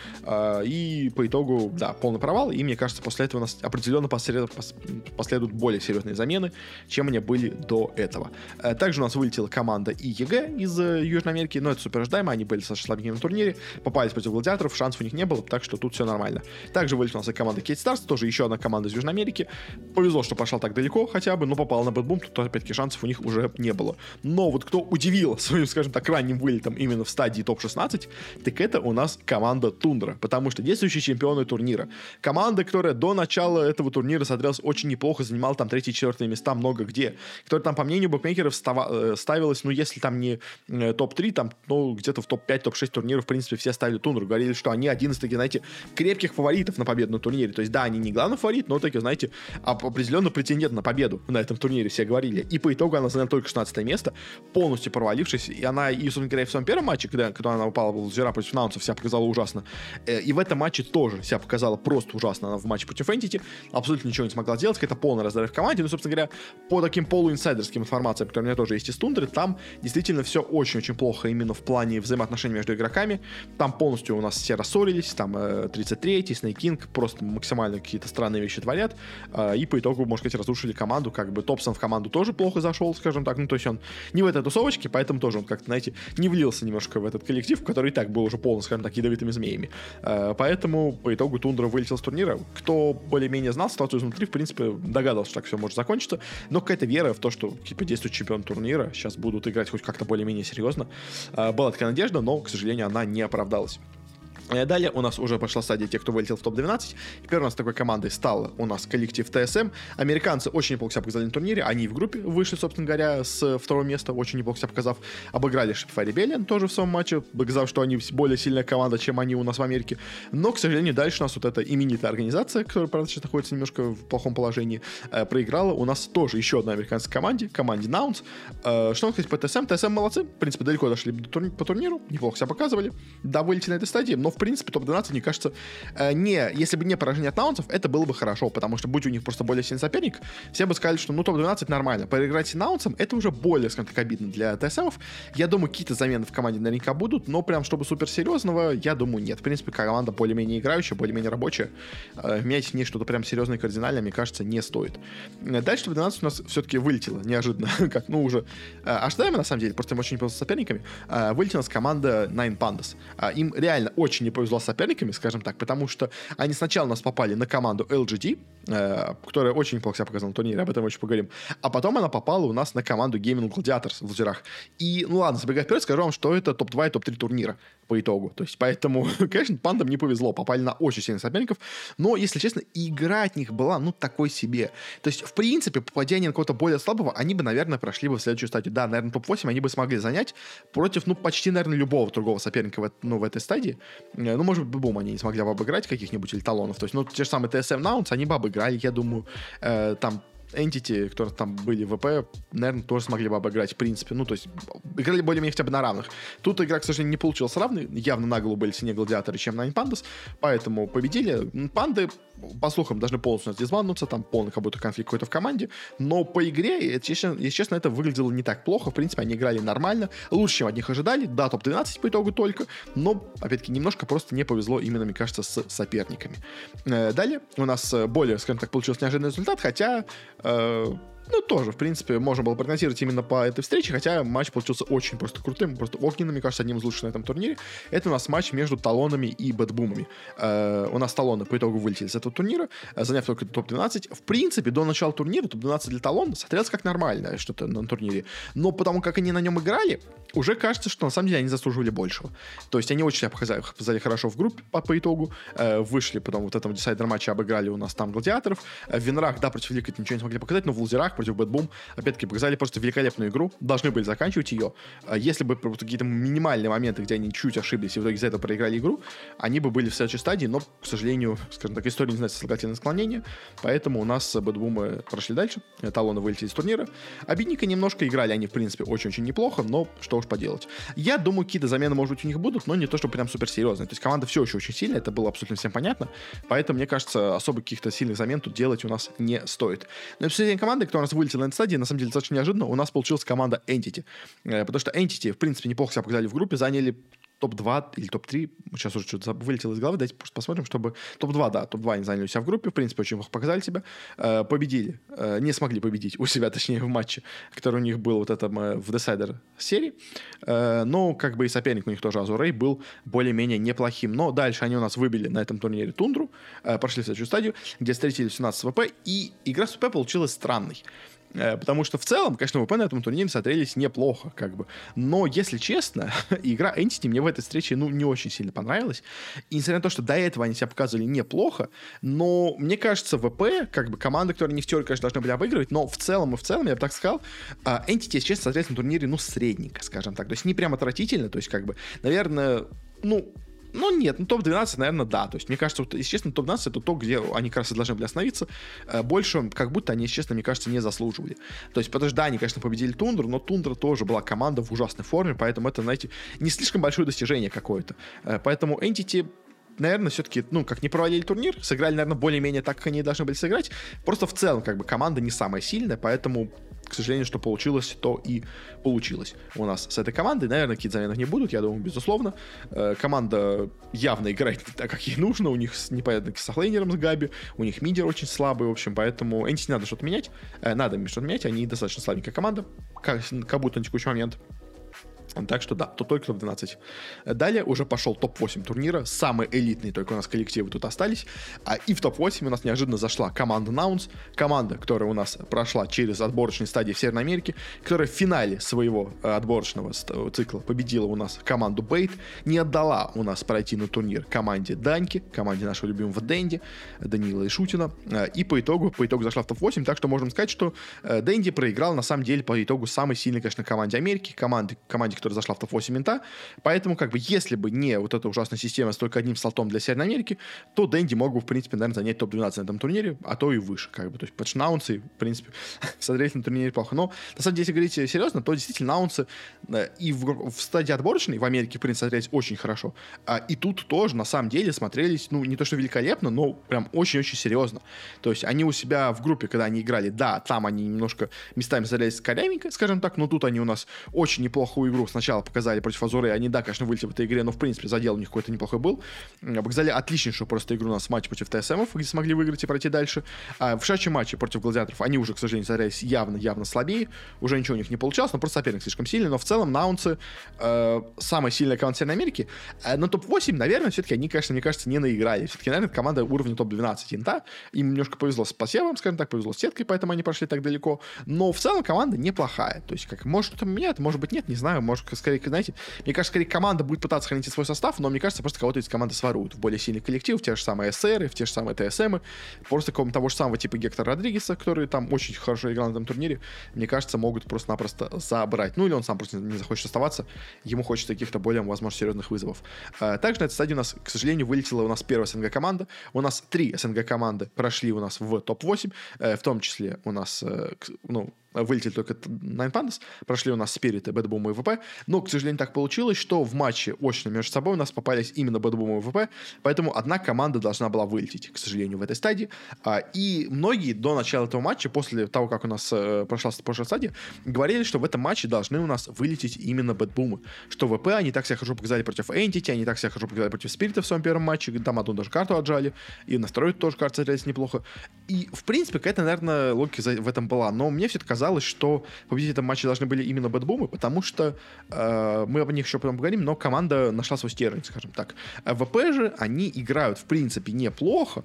И по итогу, да, полный провал. И мне кажется, после этого у нас определенно последуют более серьезные замены, чем они были до этого. Также у нас вылетела команда и ЕГЭ из Южной Америки, но это супер ожидаемо. Они были достаточно слабенькими на турнире, попались против Гладиаторов, шансов у них не было, так что тут все нормально. Также вылетела у нас и команда Кейт Старс, тоже еще одна команда из Южной Америки. Повезло, что пошла так далеко хотя бы, но попала на Бэтбум, тут опять-таки шансов у них уже не было. Но вот кто удивил своим, скажем так, ранним вылетом именно в стадии топ шестнадцать, так это у нас команда Тундра, потому что действующие чемпионы турнира. Команда, которая до начала этого турнира смотрелась очень неплохо, занимала там третье-четвертое места много где, которая там, по мнению букмекеров, става- ставилась, ну, если там не топ три, там, ну, где-то в топ пять, топ шесть турниров, в принципе, все ставили Тундру, говорили, что они один из таких, знаете, крепких фаворитов на победу на турнире. То есть, да, они не главный фаворит, но такие, знаете, определенно претендент на победу на этом турнире, все говорили. И по итогу она заняла только шестнадцатое десятое место, полностью провалившись, и она, и, собственно говоря, в своем первом матче, когда, когда она упала в лузера против наунсов, себя показала ужасно, и в этом матче тоже себя показала просто ужасно. Она в матче против Entity абсолютно ничего не смогла сделать, какая-то полная раздрайв в команде. Ну, собственно говоря, по таким полуинсайдерским информациям, которые у меня тоже есть из Тундры, там действительно все очень-очень плохо именно в плане взаимоотношений между игроками. Там полностью у нас все рассорились, там э, тридцать третий, Snake King просто максимально какие-то странные вещи творят, э, и по итогу, можно сказать, разрушили команду. Как бы Топсон в команду тоже плохо зашел, скажем так, ну, то есть он не в этой тусовочке, поэтому тоже он как-то, знаете, не влился немножко в этот коллектив, который и так был уже полностью, скажем так, ядовитыми змеями. Э, поэтому по итогу Тундра вылетел с турнира. Кто более-менее знал ситуацию изнутри, в принципе, догадывался, что так все может закончиться, но какая-то вера в то, что типа действует чемпион турнира, сейчас будут играть хоть как-то более-менее серьезно, э, была такая надежда, но, к сожалению, она не оправдалась. Далее у нас уже пошла стадия тех, кто вылетел в топ двенадцать. Теперь у нас такой командой стал у нас коллектив ти эс эм. Американцы очень неплохо себя показали на турнире. Они в группе вышли, собственно говоря, с второго места, очень неплохо себя показав. Обыграли Shopify Rebellion тоже в своем матче, показав, что они более сильная команда, чем они у нас в Америке. Но, к сожалению, дальше у нас вот эта именитая организация, которая, правда, сейчас находится немножко в плохом положении, э, проиграла. У нас тоже еще одна американская команде, команде Nouns. Э, что сказать по ти эс эм? ти эс эм молодцы. В принципе, далеко дошли по турниру, неплохо себя показывали. Да, вылетели на этой стадии, но, в принципе, топ двенадцать, мне кажется, э, не, если бы не поражение от наунсов, это было бы хорошо, потому что, будь у них просто более сильный соперник, все бы сказали, что, ну, топ двенадцать нормально. Проиграть с наунсом, это уже более, скажем так, обидно для ти эс эмов. Я думаю, какие-то замены в команде наверняка будут, но прям, чтобы суперсерьезного, я думаю, нет. В принципе, команда более-менее играющая, более-менее рабочая. Э, менять в ней что-то прям серьезное и кардинальное, мне кажется, не стоит. Дальше топ двенадцать у нас все-таки вылетело, неожиданно, как, ну, уже э, ожидаемо, на самом деле, просто им очень не повезло с соперниками. Э, вылетела у нас команда Nine Pandas. Э, им реально очень не повезло с соперниками, скажем так, потому что они сначала у нас попали на команду эл джи ди, э, которая очень неплохо себя показала на турнире, об этом очень поговорим, а потом она попала у нас на команду Gaming Gladiators в лузерах. И, ну ладно, забегая вперед, скажу вам, что это топ два и топ три турнира по итогу. То есть, поэтому, конечно, пандам не повезло, попали на очень сильных соперников, но, если честно, игра от них была, ну, такой себе. То есть, в принципе, попадение на кого-то более слабого, они бы, наверное, прошли бы в следующую стадию. Да, наверное, топ восемь они бы смогли занять против, ну, почти, наверное, любого другого соперника в, ну, в этой стадии. Ну, может быть, бум, они не смогли бы обыграть каких-нибудь или талонов. То есть, ну, те же самые ти эс эм Nouns, они бы обыграли, я думаю, э, там, Entity, которые там были в ВП, наверное, тоже смогли бы обыграть, в принципе. Ну, то есть, играли более-менее хотя бы на равных. Тут игра, к сожалению, не получилась равной. Явно на голову были сильнее гладиаторы, чем Nine Pandas. Поэтому победили. Панды, по слухам, должны полностью дизбанднуться. Там полный как будто конфликт какой-то в команде. Но по игре, если честно, это выглядело не так плохо. В принципе, они играли нормально. Лучше, чем от них ожидали. Да, топ двенадцать по итогу только. Но, опять-таки, немножко просто не повезло именно, мне кажется, с соперниками. Далее у нас более, скажем так, получился неожиданный результат. Хотя... Ну, тоже, в принципе, можно было прогнозировать именно по этой встрече, хотя матч получился очень просто крутым, просто огненным, мне кажется, одним из лучших на этом турнире. Это у нас матч между Талонами и Бэтбумами. Э, у нас Талоны по итогу вылетели с этого турнира, заняв только топ двенадцать. В принципе, до начала турнира топ двенадцать для Талона смотрелось как нормальное что-то на турнире. Но потому как они на нем играли, уже кажется, что на самом деле они заслуживали большего. То есть они очень себя показали, показали хорошо в группе по, по итогу. Э, вышли потом вот в этом десайдер матче, обыграли у нас там гладиаторов. Э, в Винрах, да, против Ликвид ничего не смогли показать, но в лузерах против Бэтбум, опять-таки, показали просто великолепную игру, должны были заканчивать ее. Если бы какие-то минимальные моменты, где они чуть ошиблись и в итоге из-за этого проиграли игру, они бы были в следующей стадии, но, к сожалению, скажем так, история не знает сослагательное склонение, поэтому у нас Бэтбумы прошли дальше, Талоны вылетели из турнира. Обидненько немножко, играли они, в принципе, очень-очень неплохо, но что уж поделать. Я думаю, какие-то замены, может быть, у них будут, но не то, что прям суперсерьезные. То есть команда все еще очень сильная, это было абсолютно всем понятно, поэтому, мне кажется, особо каких-то сильных замен тут делать у нас не стоит. Но обсуждение команды, кто у нас вылетел на этой стадии, на самом деле, достаточно неожиданно, у нас получилась команда Entity. Потому что Entity, в принципе, неплохо себя показали в группе, заняли топ два или топ три, сейчас уже что-то вылетело из головы, давайте просто посмотрим, чтобы... топ два, да, топ два они заняли у себя в группе, в принципе, очень плохо показали себя, э, победили, э, не смогли победить у себя, точнее, в матче, который у них был вот этом э, в Decider серии, э, но как бы и соперник у них тоже, Азурей, был более-менее неплохим, но дальше они у нас выбили на этом турнире Тундру, э, прошли в следующую стадию, где встретили семнадцать ВП, и игра с ВП получилась странной. Потому что в целом, конечно, ВП на этом турнире смотрелись неплохо, как бы. Но, если честно, игра Entity мне в этой встрече, ну, не очень сильно понравилась. И несмотря на то, что до этого они себя показывали неплохо, но, мне кажется, ВП, как бы, команда, которая не в теории, конечно, должны были обыгрывать, но в целом и в целом, я бы так сказал, Entity, если честно, смотрелись на турнире, ну, средненько, скажем так. То есть, не прям отвратительно, то есть, как бы, наверное, ну... Ну, нет, ну, топ двенадцать, наверное, да. То есть, мне кажется, вот, если честно, топ двенадцать это то, где они как раз и должны были остановиться. Больше, как будто они, если честно, мне кажется, не заслуживали. То есть, потому что, да, они, конечно, победили Тундру, но Тундра тоже была команда в ужасной форме, поэтому это, знаете, не слишком большое достижение какое-то. Поэтому Entity, наверное, все-таки, ну, как не провалили турнир, сыграли, наверное, более-менее так, как они должны были сыграть. Просто в целом, как бы, команда не самая сильная, поэтому, к сожалению, что получилось, то и получилось у нас с этой командой. Наверное, какие-то замены не будут, я думаю, безусловно. Э, команда явно играет не так, как ей нужно. У них непонятно с охлейнером, с Габи. У них мидер очень слабый, в общем, поэтому Entity надо что-то менять. Э, надо им что-то менять, они достаточно слабенькая команда, как, как будто на текущий момент. Так что да, то только топ двенадцать. Далее уже пошел топ восемь турнира. Самые элитные только у нас коллективы тут остались. А, и в топ восемь у нас неожиданно зашла команда Наунс. Команда, которая у нас прошла через отборочные стадии в Северной Америке. Которая в финале своего отборочного цикла победила у нас команду Бейт. Не отдала у нас пройти на турнир команде Даньки, команде нашего любимого Дэнди, Данила и Шутина. И по итогу, по итогу зашла в топ восемь. Так что можем сказать, что Дэнди проиграл на самом деле по итогу самой сильной, конечно, команде Америки. Команде, команде, которая зашла в топ восемь инта. Поэтому, как бы, если бы не вот эта ужасная система с только одним слотом для Северной Америки, то Дэнди мог бы, в принципе, наверное, занять топ двенадцать на этом турнире, а то и выше, как бы. То есть, потому что наунсы, в принципе, смотреть на турнире плохо. Но, на самом деле, если говорить серьезно, то действительно наунсы и в, в стадии отборочной в Америке, в принципе, смотрелись очень хорошо. А, и тут тоже, на самом деле, смотрелись, ну, не то что великолепно, но прям очень-очень серьезно. То есть, они у себя в группе, когда они играли, да, там они немножко местами смотрелись корявенько, скажем так, но тут они у нас очень неплохую игру сначала показали против Азуры. Они, да, конечно, вылетели в этой игре, но, в принципе, задел у них какой-то неплохой был. Показали отличнейшую просто игру у нас в матче против ТСМов, где смогли выиграть и пройти дальше. А в шачьем матче против Гладиаторов они уже, к сожалению, смотрелись явно-явно слабее. Уже ничего у них не получалось, но просто соперник слишком сильный. Но в целом Наунцы э, самая сильная команда Северной Америки. Э, на топ восемь, наверное, все-таки они, конечно, мне кажется, не наиграли. Все-таки, наверное, команда уровня топ двенадцать инта. Им немножко повезло с посевом, скажем так, повезло с сеткой, поэтому они прошли так далеко. Но в целом команда неплохая. То есть, как, может, что-то меняет, может быть, нет, не знаю. Может, скорее, знаете, мне кажется, скорее команда будет пытаться хранить свой состав, но мне кажется, просто кого-то из команды своруют в более сильный коллектив, в те же самые СРы, в те же самые ТСМы, просто какого-то того же самого типа Гектора Родригеса, который там очень хорошо играл на этом турнире, мне кажется, могут просто-напросто забрать. Ну или он сам просто не захочет оставаться, ему хочется каких-то более, возможно, серьезных вызовов. Также на этой стадии у нас, к сожалению, вылетела у нас первая СНГ команда. У нас три СНГ команды прошли у нас в топ восемь, в том числе у нас, ну, вылетели только Nine Pandas, прошли у нас Spirit, Bad Boom и ВП, но, к сожалению, так получилось, что в матче очно между собой у нас попались именно Bad Boom и ВП, поэтому одна команда должна была вылететь, к сожалению, в этой стадии, и многие до начала этого матча, после того, как у нас прошла прошлая стадия, говорили, что в этом матче должны у нас вылететь именно Bad Boom, что ВП они так себя хорошо показали против Entity, они так себя хорошо показали против Spirit в своем первом матче, там одну даже карту отжали, и настроить тоже, кажется, смотрелись неплохо, и, в принципе, какая-то, наверное, логика в этом была, но мне все-таки казалось, что победить в этом матче должны были именно Бэтбумы, потому что э, мы об них еще потом поговорим, но команда нашла свой стержень, скажем так. А ВП же, они играют, в принципе, неплохо,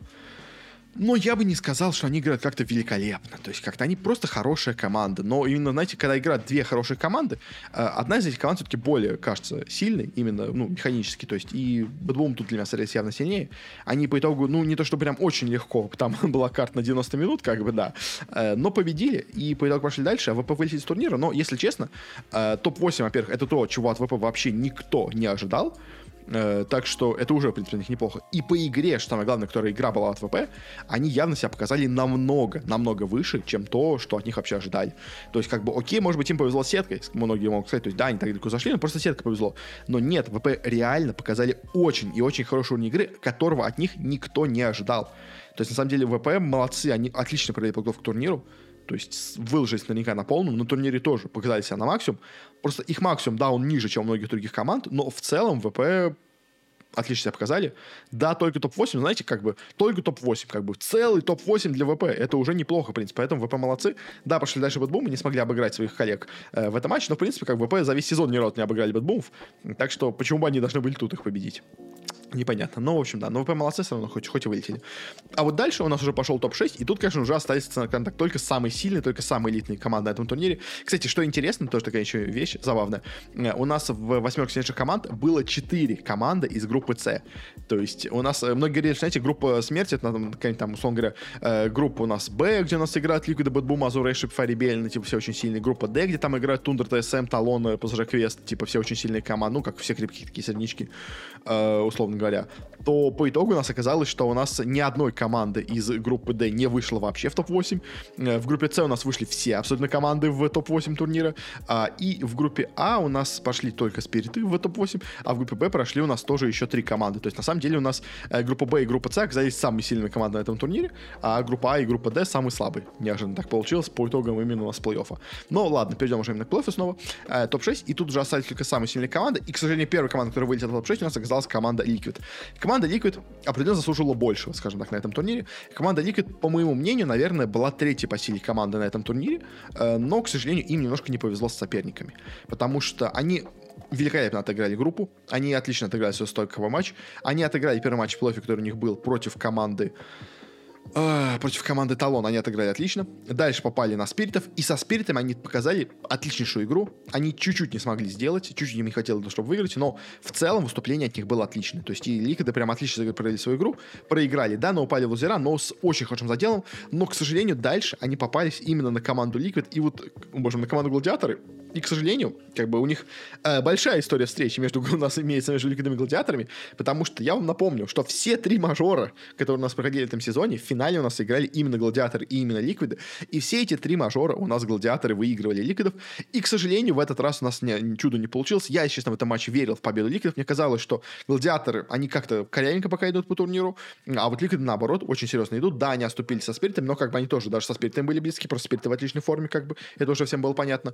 но я бы не сказал, что они играют как-то великолепно. То есть как-то они просто хорошая команда. Но именно, знаете, когда играют две хорошие команды, одна из этих команд все-таки более, кажется, сильной, именно, ну, механически. То есть и Бэтбум тут для меня смотрелись явно сильнее. Они по итогу, ну, не то, что прям очень легко, там была карта на девяносто минут, как бы, да, но победили и по итогу пошли дальше, а ВП вылетели из турнира. Но, если честно, топ восемь, во-первых, это то, чего от ВП вообще никто не ожидал. Uh, так что это уже, в принципе, у них неплохо. И по игре, что самое главное, которая игра была от ВП, они явно себя показали намного, намного выше, чем то, что от них вообще ожидали. То есть, как бы, окей, может быть, им повезло с сеткой, многие могут сказать, то есть, да, они так далеко зашли, но просто сетка повезло. Но нет, ВП реально показали очень и очень хороший уровень игры, которого от них никто не ожидал. То есть, на самом деле, ВП молодцы, они отлично провели подготовку к турниру. То есть выложились наверняка на полном, на турнире тоже показали себя на максимум. Просто их максимум, да, он ниже, чем у многих других команд, но в целом ВП отлично себя показали. Да, только топ восемь, знаете, как бы, только топ восемь, как бы, целый топ восемь для ВП, это уже неплохо, в принципе, поэтому ВП молодцы. Да, пошли дальше Бэтбум, не смогли обыграть своих коллег э, в этом матче, но, в принципе, как ВП за весь сезон ни разу не обыграли Бэтбумов, так что почему бы они должны были тут их победить? Непонятно. Ну, в общем, да. Но ВП молодцы, все равно хоть, хоть и вылетели. А вот дальше у нас уже пошел топ шесть, и тут, конечно, уже остались, скажем так, только самые сильные, только самые элитные команды на этом турнире. Кстати, что интересно, тоже такая еще вещь забавная. У нас в восьмерке сильнейших команд было четыре команды из группы С. То есть у нас, многие говорили, что, знаете, группа смерти, это там, там, условно говоря, э, группа у нас Б, где у нас играют Liquid, Bad Boom, Azure, Ship, Rebellion, типа, все очень сильные. Группа Д, где там играют Тундра, ТСМ, Талон, пэ эс жэ Quest, типа, все очень сильные команды, ну, как все крепкие такие среднички, э, условно говоря. То по итогу у нас оказалось, что у нас ни одной команды из группы D не вышло вообще в топ восемь. В группе С у нас вышли все абсолютно команды в топ восемь турнира. И в группе А у нас пошли только спириты в топ восемь, а в группе Б прошли у нас тоже еще три команды. То есть на самом деле у нас группа Б и группа С оказались самыми сильными командами на этом турнире, а группа А и группа Д самые слабые. Неожиданно так получилось по итогам именно у нас плей-оффа. Но ладно, перейдем уже именно к плей-оффу снова. топ шесть, и тут уже остались только самые сильные команды. И, к сожалению, первая команда, которая вылетела в топ шесть, у нас оказалась команда Liquid. Команда Liquid определенно заслужила большего, скажем так, на этом турнире. Команда Liquid, по моему мнению, наверное, была третьей по силе команды на этом турнире, но, к сожалению, им немножко не повезло с соперниками, потому что они великолепно отыграли группу, они отлично отыграли свой стойковый матч, они отыграли первый матч в плей-оффе, который у них был против команды Uh, против команды Талон они отыграли отлично. Дальше попали на спиритов. И со спиритами они показали отличнейшую игру. Они чуть-чуть не смогли сделать. Чуть-чуть им не хватило, чтобы выиграть. Но в целом выступление от них было отличное. То есть и Ликвиды прям отлично провели свою игру. Проиграли, да, но упали в лузера, но с очень хорошим заделом. Но, к сожалению, дальше они попались именно на команду Liquid. И вот, можем на команду Гладиаторы. И, к сожалению, как бы у них э, большая история встречи между, у нас имеется между Ликвидами и Гладиаторами, потому что я вам напомню, что все три мажора, которые у нас проходили в этом сезоне, в финале у нас играли именно Гладиаторы и именно Ликвиды, и все эти три мажора у нас Гладиаторы выигрывали Ликвидов, и, к сожалению, в этот раз у нас не, чудо не получилось. Я, честно, в этом матче верил в победу Ликвидов. Мне казалось, что Гладиаторы, они как-то корявенько пока идут по турниру, а вот Ликвиды, наоборот, очень серьезно идут. Да, они оступили со спиритами, но как бы они тоже даже со спиритами были близки, просто спириты в отличной форме, как бы, это уже всем было понятно.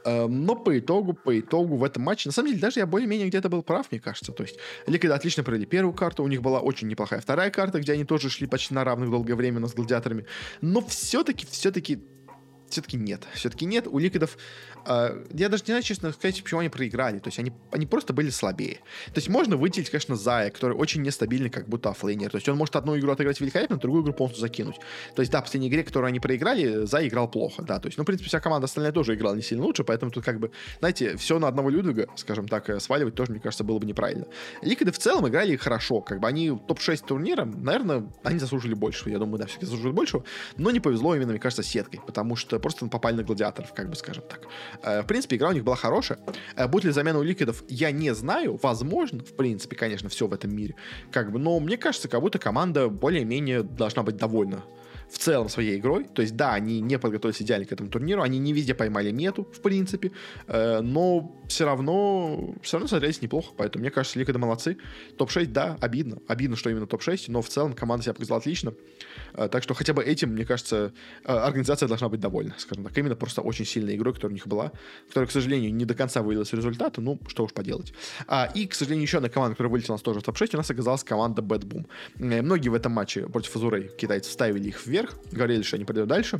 Но по итогу, по итогу в этом матче, на самом деле, даже я более-менее где-то был прав, мне кажется. То есть Liquid отлично провели первую карту, у них была очень неплохая вторая карта, где они тоже шли почти на равных долгое время, но с Гладиаторами. Но все-таки, все-таки все-таки нет. Все-таки нет. У Ликвидов... Э, я даже не знаю, честно сказать, почему они проиграли. То есть они, они просто были слабее. То есть можно выделить, конечно, Зая, который очень нестабильный, как будто оффлейнер. То есть он может одну игру отыграть великолепно, другую игру полностью закинуть. То есть, да, в последней игре, которую они проиграли, Зая играл плохо, да. То есть, ну, в принципе, вся команда остальная тоже играла не сильно лучше, поэтому тут как бы, знаете, все на одного Людвига, скажем так, сваливать тоже, мне кажется, было бы неправильно. Ликвиды в целом играли хорошо. Как бы они топ шесть турнира, наверное, они заслужили большего. Я думаю, да, все-таки заслужили большего. Но не повезло именно, мне кажется, сеткой, потому что просто попали на Гладиаторов, как бы, скажем так. Э, в принципе, игра у них была хорошая. Э, будет ли замена у Ликвидов, я не знаю. Возможно, в принципе, конечно, все в этом мире. Как бы, но мне кажется, как будто команда более-менее должна быть довольна в целом своей игрой. То есть, да, они не подготовились идеально к этому турниру, они не везде поймали мету, в принципе, э, но все равно, все равно смотрелись неплохо, поэтому, мне кажется, Ликвиды молодцы. топ шесть, да, обидно. Обидно, что именно топ шесть, но в целом команда себя показала отлично. Э, так что хотя бы этим, мне кажется, э, организация должна быть довольна, скажем так. Именно просто очень сильной игрой, которая у них была, которая, к сожалению, не до конца вылилась в результаты, ну, что уж поделать. А, и, к сожалению, еще одна команда, которая вылетела у нас тоже в топ шесть, у нас оказалась команда Bad Boom. Э, многие в этом матче против Азурей китайцы ставили их вверх, говорили, что они пойдут дальше,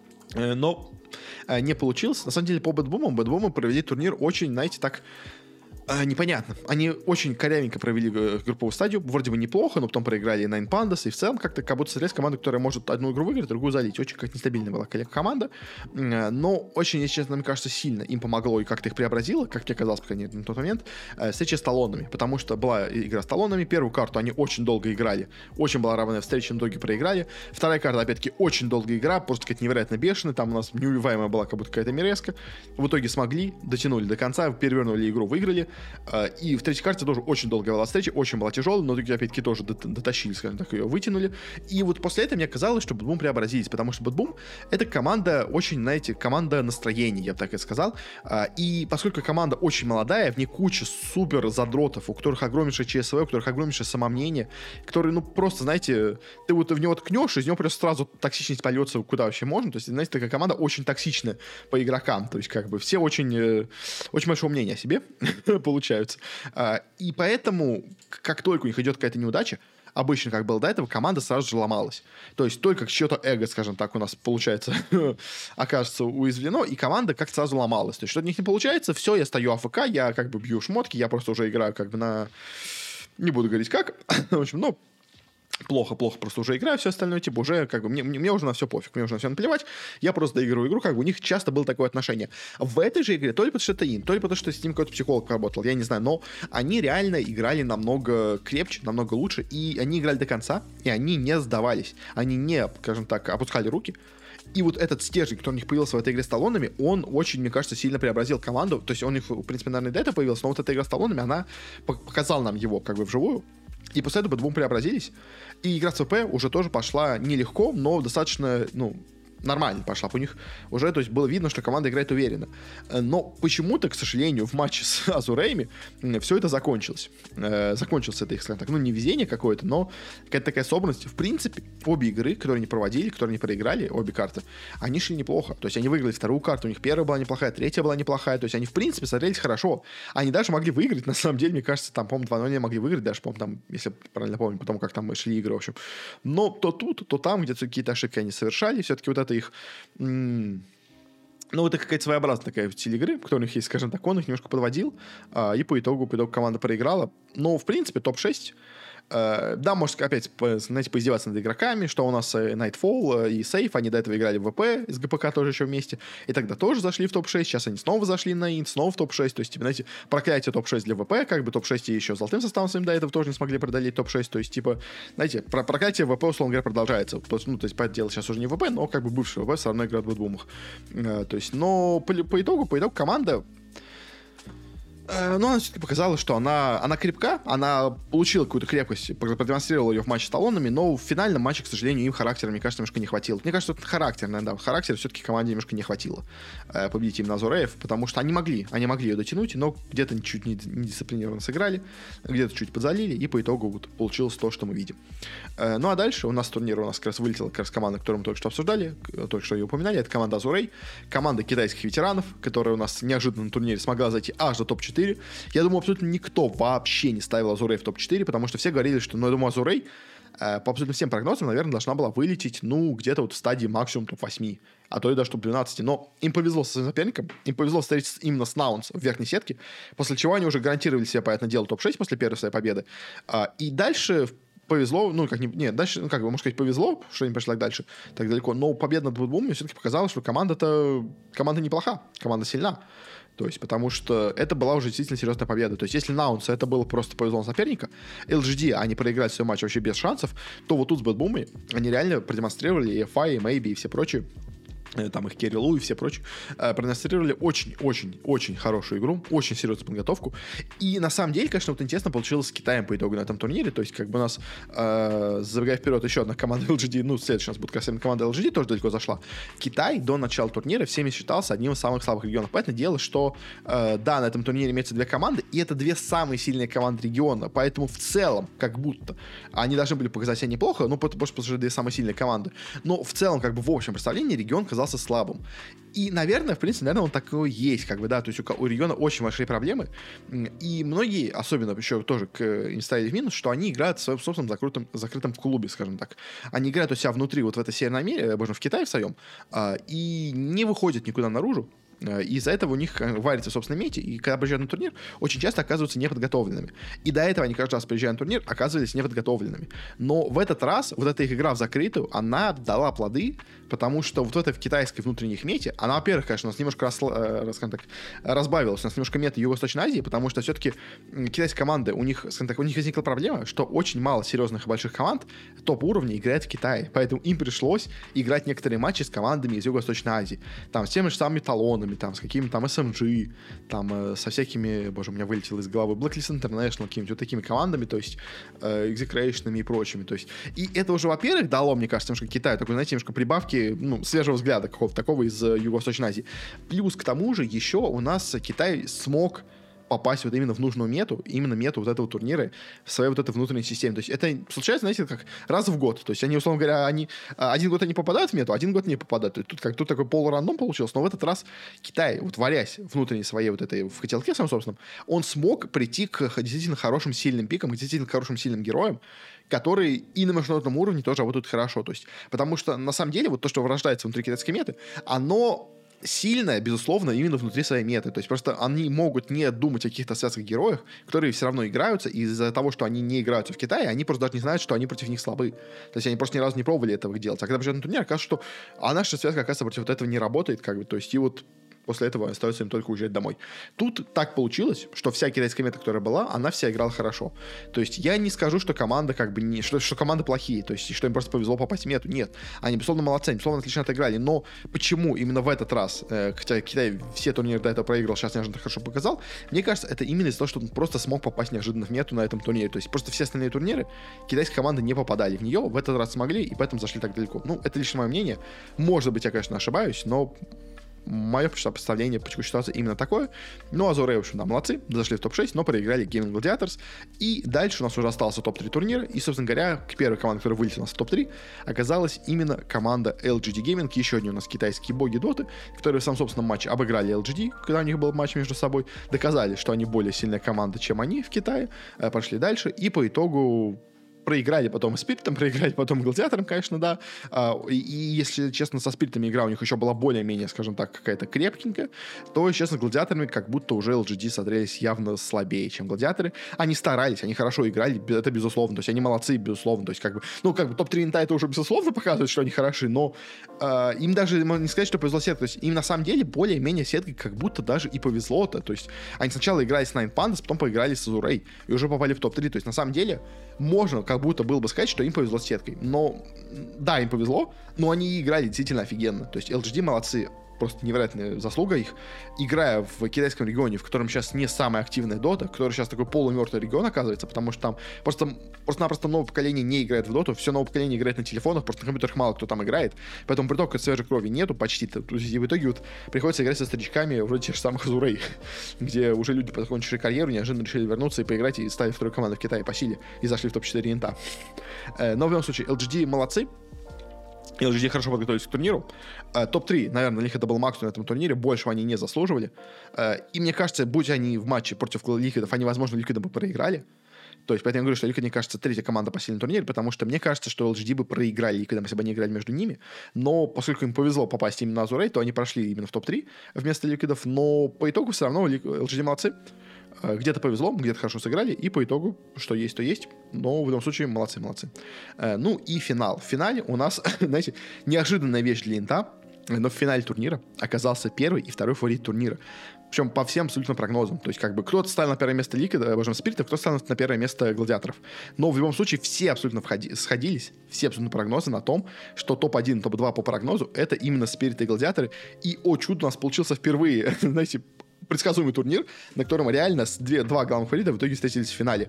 но не получилось. На самом деле, по Bad Boom, Bad Boom провели турнир очень, знаете, так непонятно. Они очень корявенько провели групповую стадию, вроде бы неплохо, но потом проиграли Nine Pandas, и в целом как-то как будто смотрелась команда, которая может одну игру выиграть, другую залить. Очень как нестабильная была команда, но очень, если честно, мне кажется, сильно им помогло и как-то их преобразило, как мне казалось, пока на тот момент, встреча с талонами, потому что была игра с талонами, первую карту они очень долго играли, очень была равная встреча, но в итоге проиграли. Вторая карта, опять-таки, очень долго игра, просто какая-то невероятно бешеная, там у нас неубиваемая была как будто какая-то миреска. В итоге смогли, дотянули до конца, перевернули игру, выиграли. И в третьей карте тоже очень долгая была встреча, очень была тяжелая, но опять-таки тоже дотащили, скажем так, ее вытянули. И вот после этого мне казалось, что Bad Boom преобразились, потому что Bad Boom — это команда очень, знаете, команда настроения, я бы так и сказал. И поскольку команда очень молодая, в ней куча супер задротов, у которых огромнейшее ЧСВ, у которых огромнейшее самомнение, которые, ну, просто, знаете, ты вот в него ткнешь, из него просто сразу токсичность польется куда вообще можно. То есть, знаете, такая команда очень токсичная по игрокам. То есть, как бы, все очень, очень большого мнения о себе получаются. И поэтому, как только у них идет какая-то неудача, обычно, как было до этого, команда сразу же ломалась. То есть только чье-то эго, скажем так, у нас, получается, окажется уязвлено, и команда как-то сразу ломалась. То есть что-то у них не получается, все, я стою АФК, я как бы бью шмотки, я просто уже играю как бы на... Не буду говорить как. В общем, ну, плохо-плохо просто уже играю, все остальное, типа, уже, как бы, мне, мне, мне уже на все пофиг, мне уже на все наплевать, я просто доигрываю игру, как бы, у них часто было такое отношение. В этой же игре, то ли потому что это им, то ли потому что с ним какой-то психолог поработал, я не знаю, но они реально играли намного крепче, намного лучше, и они играли до конца, и они не сдавались, они не, скажем так, опускали руки. И вот этот стержень, который у них появился в этой игре с талонами, он очень, мне кажется, сильно преобразил команду. То есть он у них, в принципе, наверное, до этого появился, но вот эта игра с талонами, она показала нам его как бы вживую. И после этого двум преобразились. И игра с ВП уже тоже пошла нелегко, но достаточно, ну, нормально пошла у них уже, то есть было видно, что команда играет уверенно. Но почему-то, к сожалению, в матче с Азуреями все это закончилось. Закончилось это их, скажем так, ну, не везение какое-то, но какая-то такая собранность. В принципе, обе игры, которые они проводили, которые они проиграли, обе карты, они шли неплохо. То есть они выиграли вторую карту, у них первая была неплохая, третья была неплохая, то есть они, в принципе, смотрелись хорошо. Они даже могли выиграть, на самом деле, мне кажется, там, по-моему, два ноль могли выиграть, даже, по-моему, там, если правильно помню, потом, как там шли игры, в общем. Но то тут, то там, где-то какие-то ошибки они совершали, все-таки вот это их... М- ну, это какая-то своеобразная такая стиль игры, которая у них есть, скажем так, он их немножко подводил, а, и по итогу, по итогу команда проиграла. Но, в принципе, топ шесть. Uh, да, может, опять, знаете, поиздеваться над игроками, что у нас Nightfall и Safe, они до этого играли в ВП с ГПК тоже еще вместе, и тогда тоже зашли в топ шесть, сейчас они снова зашли на Инт, снова в топ шесть, то есть, типа, знаете, проклятие топ шесть для ВП, как бы топ шесть и еще золотым составом своим до этого тоже не смогли преодолеть топ шесть, то есть, типа, знаете, про проклятие ВП, условно говоря, продолжается, ну, то есть, по дело сейчас уже не ВП, но как бы бывший ВП все равно играет в двумах, uh, то есть, но по, по итогу, по итогу команда... Ну, она все-таки показала, что она, она крепка, она получила какую-то крепкость, продемонстрировала ее в матче с талонами, но в финальном матче, к сожалению, им характера, мне кажется, немножко не хватило. Мне кажется, это характер, да, характера все-таки команде немножко не хватило э, победить именно Азуреев, потому что они могли, они могли ее дотянуть, но где-то чуть не, не дисциплинированно сыграли, где-то чуть подзалили, и по итогу вот получилось то, что мы видим. Э, ну, а дальше у нас турнир, у нас как раз вылетела как раз команда, которую мы только что обсуждали, только что ее упоминали, это команда Азурей, команда китайских ветеранов, которая у нас неожиданно на турнире смогла зайти аж до топ четыре. Я думаю, абсолютно никто вообще не ставил Азурей в топ четыре, потому что все говорили, что, ну, я думаю, Азурей э, по абсолютно всем прогнозам, наверное, должна была вылететь, ну, где-то вот в стадии максимум топ восемь, а то и даже топ двенадцать. Но им повезло со своим соперником, им повезло встретиться именно с Наунс в верхней сетке, после чего они уже гарантировали себе, понятное дело, топ шесть после первой своей победы. А, и дальше... повезло, ну, как не, нет, дальше, ну, как бы, можно сказать, повезло, что они пошли так дальше, так далеко, но победа над двумя все-таки показала, что команда-то, команда неплоха, команда сильна, то есть, потому что это была уже действительно серьезная победа, то есть, если Наунс это было просто повезло на соперника, эл джи ди, они проиграли свой матч вообще без шансов, то вот тут с Бэтбумами они реально продемонстрировали и эф ай, и Maybe, и все прочие, там их Керри Лу и все прочие, продемонстрировали очень-очень-очень хорошую игру, очень серьезную подготовку. И на самом деле, конечно, вот интересно получилось с Китаем по итогу на этом турнире. То есть, как бы у нас, э, забегая вперед, еще одна команда эл джи ди, ну, следующая у нас будет красивая команда эл джи ди, тоже далеко зашла. Китай до начала турнира всеми считался одним из самых слабых регионов. Понятное дело, что, э, да, на этом турнире имеются две команды, и это две самые сильные команды региона. Поэтому в целом, как будто, они должны были показать себя неплохо, ну, потому что это две самые сильные команды. Но в целом, как бы в общем представлении, регион казался слабым. И, наверное, в принципе, наверное, он такой есть, как бы, да, то есть у, у региона очень большие проблемы, и многие, особенно еще тоже к, им ставили в минус, что они играют в своем собственном закрытом, закрытом клубе, скажем так. Они играют у себя внутри, вот в этой Северной Америке, боже, в Китае в своем, а, и не выходят никуда наружу. И из-за этого у них варится в собственном мете, и когда приезжают на турнир, очень часто оказываются неподготовленными. И до этого они каждый раз, приезжая на турнир, оказывались неподготовленными. Но в этот раз, вот эта их игра в закрытую, она дала плоды, потому что вот в этой в китайской внутренней мете, она, во-первых, конечно, у нас немножко рас, скажем так, разбавилась, у нас немножко мета Юго-Восточной Азии, потому что все-таки китайские команды, у них, скажем так, у них возникла проблема, что очень мало серьезных и больших команд топ-уровня играет в Китае, поэтому им пришлось играть некоторые матчи с командами из Юго-Восточной Азии, там, с теми же самыми талонами, там, с какими-то там эс эм джи, там, э, со всякими, боже, у меня вылетело из головы, Blacklist International, какими-то вот такими командами, то есть, э, Execration'ами и прочими, то есть, и это уже, во-первых, дало, мне кажется, немножко Китаю такой, знаете, немножко прибавки, ну, свежего взгляда какого-то такого из э, Юго-Восточной Азии. Плюс к тому же еще у нас Китай смог попасть вот именно в нужную мету, именно мету вот этого турнира в своей вот этой внутренней системе. То есть это случается, знаете, как раз в год. То есть они, условно говоря, они один год они попадают в мету, один год не попадают. То есть тут как тут такой полурандом получился, но в этот раз Китай, вот варясь внутренней своей вот этой в хотелке своем собственном, он смог прийти к действительно хорошим сильным пикам, к действительно хорошим сильным героям, которые и на международном уровне тоже работают хорошо. То есть, потому что на самом деле вот то, что вырождается внутри китайской меты, оно сильная, безусловно, именно внутри своей меты. То есть просто они могут не думать о каких-то связках героях, которые все равно играются, и из-за того, что они не играются в Китае, они просто даже не знают, что они против них слабы. То есть они просто ни разу не пробовали этого делать. А когда приезжают на турнир, оказывается, что а наша связка, оказывается, против этого не работает, как бы, то есть и вот после этого остается им только уезжать домой. Тут так получилось, что вся китайская мета, которая была, она вся играла хорошо. То есть я не скажу, что команда как бы не... Что, что команды плохие, то есть что им просто повезло попасть в мету. Нет. Они, безусловно, молодцы, они, безусловно, отлично отыграли. Но почему именно в этот раз, э, хотя Китай все турниры до этого проиграл, сейчас неожиданно хорошо показал, мне кажется, это именно из-за того, что он просто смог попасть неожиданно в мету на этом турнире. То есть просто все остальные турниры китайские команды не попадали в нее, в этот раз смогли, и поэтому зашли так далеко. Ну, это лично мое мнение. Может быть, я, конечно, ошибаюсь, но мое представление по текущей ситуации именно такое. Ну, Азурей, в общем, да, молодцы, зашли в топ шесть, но проиграли Gaming Gladiators. И дальше у нас уже остался топ три турнира. И, собственно говоря, к первой команде, которая вылетела у нас в топ три, оказалась именно команда эл джи ди Gaming. Еще одни у нас китайские боги доты, которые в самом собственном матче обыграли эл джи ди, когда у них был матч между собой. Доказали, что они более сильная команда, чем они в Китае. Пошли дальше. И по итогу проиграли потом и Спиритом, проиграли потом Гладиатором, конечно, да. И, и если честно, со Спиритами игра у них еще была более-менее, скажем так, какая-то крепкенькая, то, честно, с Гладиаторами как будто уже эл джи ди смотрелись явно слабее, чем Гладиаторы. Они старались, они хорошо играли, это безусловно, то есть они молодцы, безусловно, то есть как бы, ну, как бы топ три инта это уже безусловно показывает, что они хороши, но э, им даже, можно не сказать, что повезло сетке, то есть им на самом деле более-менее сетке как будто даже и повезло-то, то есть они сначала играли с Nine Pandas, потом поиграли с Азурей и уже попали в топ три, то есть на самом деле можно как будто было бы сказать, что им повезло с сеткой. Но, да, им повезло, но они играли действительно офигенно. То есть эл джи ди молодцы. Просто невероятная заслуга их. Играя в китайском регионе, в котором сейчас не самая активная дота, который сейчас такой полумертвый регион оказывается, потому что там просто, просто-напросто новое поколение не играет в доту, все новое поколение играет на телефонах, просто на компьютерах мало кто там играет, поэтому притока свежей крови нету почти. То есть и в итоге вот приходится играть со старичками вроде тех же самых Азурей, где уже люди, закончившие карьеру, неожиданно решили вернуться и поиграть и стали второй командой в Китае по силе и зашли в топ четыре инта. Но в любом случае, эл джи ди молодцы. эл джи ди хорошо подготовились к турниру. топ три, наверное, для них это был максимум на этом турнире. Большего они не заслуживали. И мне кажется, будь они в матче против Ликвидов, они, возможно, Ликвидом бы проиграли. То есть, поэтому я говорю, что Ликвид, мне кажется, третья команда по сильному турнире, потому что мне кажется, что эл джи ди бы проиграли Ликвидом, если бы они играли между ними. Но поскольку им повезло попасть именно на Азурей, то они прошли именно в топ три вместо Ликвидов. Но по итогу все равно эл джи ди молодцы. Где-то повезло, где-то хорошо сыграли, и по итогу, что есть, то есть. Но в любом случае, молодцы, молодцы. Ну и финал. В финале у нас, знаете, неожиданная вещь для инта, но в финале турнира оказался первый и второй фаворит турнира. Причем по всем абсолютно прогнозам. То есть, как бы, кто-то ставил на первое место Ликвида, боже, Спиритов, кто-то ставил на первое место Гладиаторов. Но в любом случае все абсолютно входи- сходились, все абсолютно прогнозы на том, что топ один, топ два по прогнозу это именно Спириты и Гладиаторы. И, о чудо, у нас получился впервые, знаете, предсказуемый турнир, на котором реально две, два главных фаворита в итоге встретились в финале.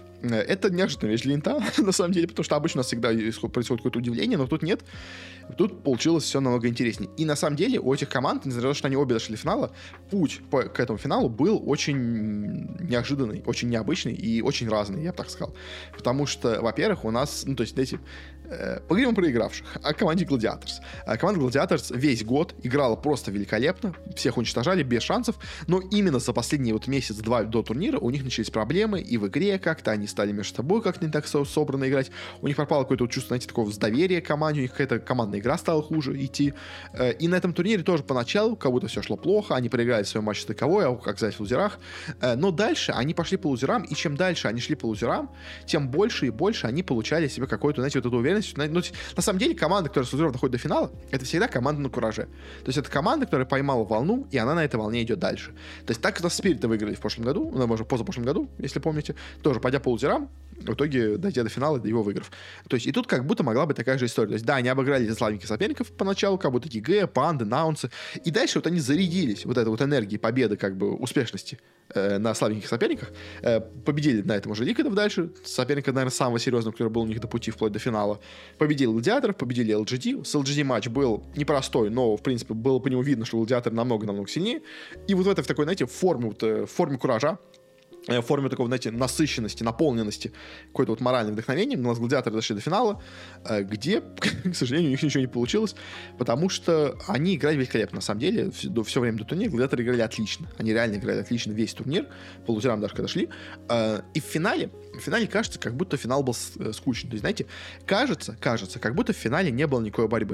Это неожиданная вещь для инта, на самом деле, потому что обычно у нас всегда происходит какое-то удивление, но тут нет. Тут получилось все намного интереснее. И на самом деле у этих команд, несмотря на то, что они обе дошли до финала, путь по, к этому финалу был очень неожиданный, очень необычный и очень разный, я бы так сказал. Потому что, во-первых, у нас, ну, то есть, знаете, э, поговорим о проигравших, о команде Gladiators. А команда Gladiators весь год играла просто великолепно, всех уничтожали без шансов, но именно за последние вот месяц-два до турнира у них начались проблемы и в игре как-то, они стали между собой как-то не так собрано играть, у них пропало какое-то вот чувство, знаете, такого доверия к команде, у них какая-то командная игра стала хуже идти. И на этом турнире тоже поначалу как будто все шло плохо, они проиграли свой матч стыковой, а как сказать, в лузерах. Но дальше они пошли по лузерам, и чем дальше они шли по лузерам, тем больше и больше они получали себе какую-то, знаете, вот эту уверенность. Ну, на самом деле команда, которая с лузеров доходит до финала, это всегда команда на кураже. То есть это команда, которая поймала волну, и она на этой волне идет дальше. То есть так, когда Спириты выиграли в прошлом году, ну, может, позапрошлом году, если помните, тоже пойдя по лузерам, в итоге дойдя до финала, его выиграв. То есть и тут как будто могла быть такая же история. То есть да, они обыграли слабеньких соперников поначалу, как будто ГИГ, Панды, Наунсы, и дальше вот они зарядились вот этой вот энергией победы, как бы успешности э, на слабеньких соперниках, э, победили на этом уже Ликвидов дальше, соперника, наверное, самого серьезного, который был у них до пути вплоть до финала, победили Гладиаторов, победили эл джи ди. С эл джи ди матч был непростой, но, в принципе, было по нему видно, что Гладиаторы намного-намного сильнее, и вот в этой, в такой, знаете, форме, вот, в форме куража, в форме такого, знаете, насыщенности, наполненности, какой-то вот моральным вдохновением. У нас Гладиаторы дошли до финала, где, к сожалению, у них ничего не получилось, потому что они играли великолепно. На самом деле, все, все время до турнира Гладиаторы играли отлично. Они реально играли отлично весь турнир, по лузерам даже когда шли. И в финале, в финале кажется, как будто финал был скучный. То есть, знаете, кажется, кажется, как будто в финале не было никакой борьбы.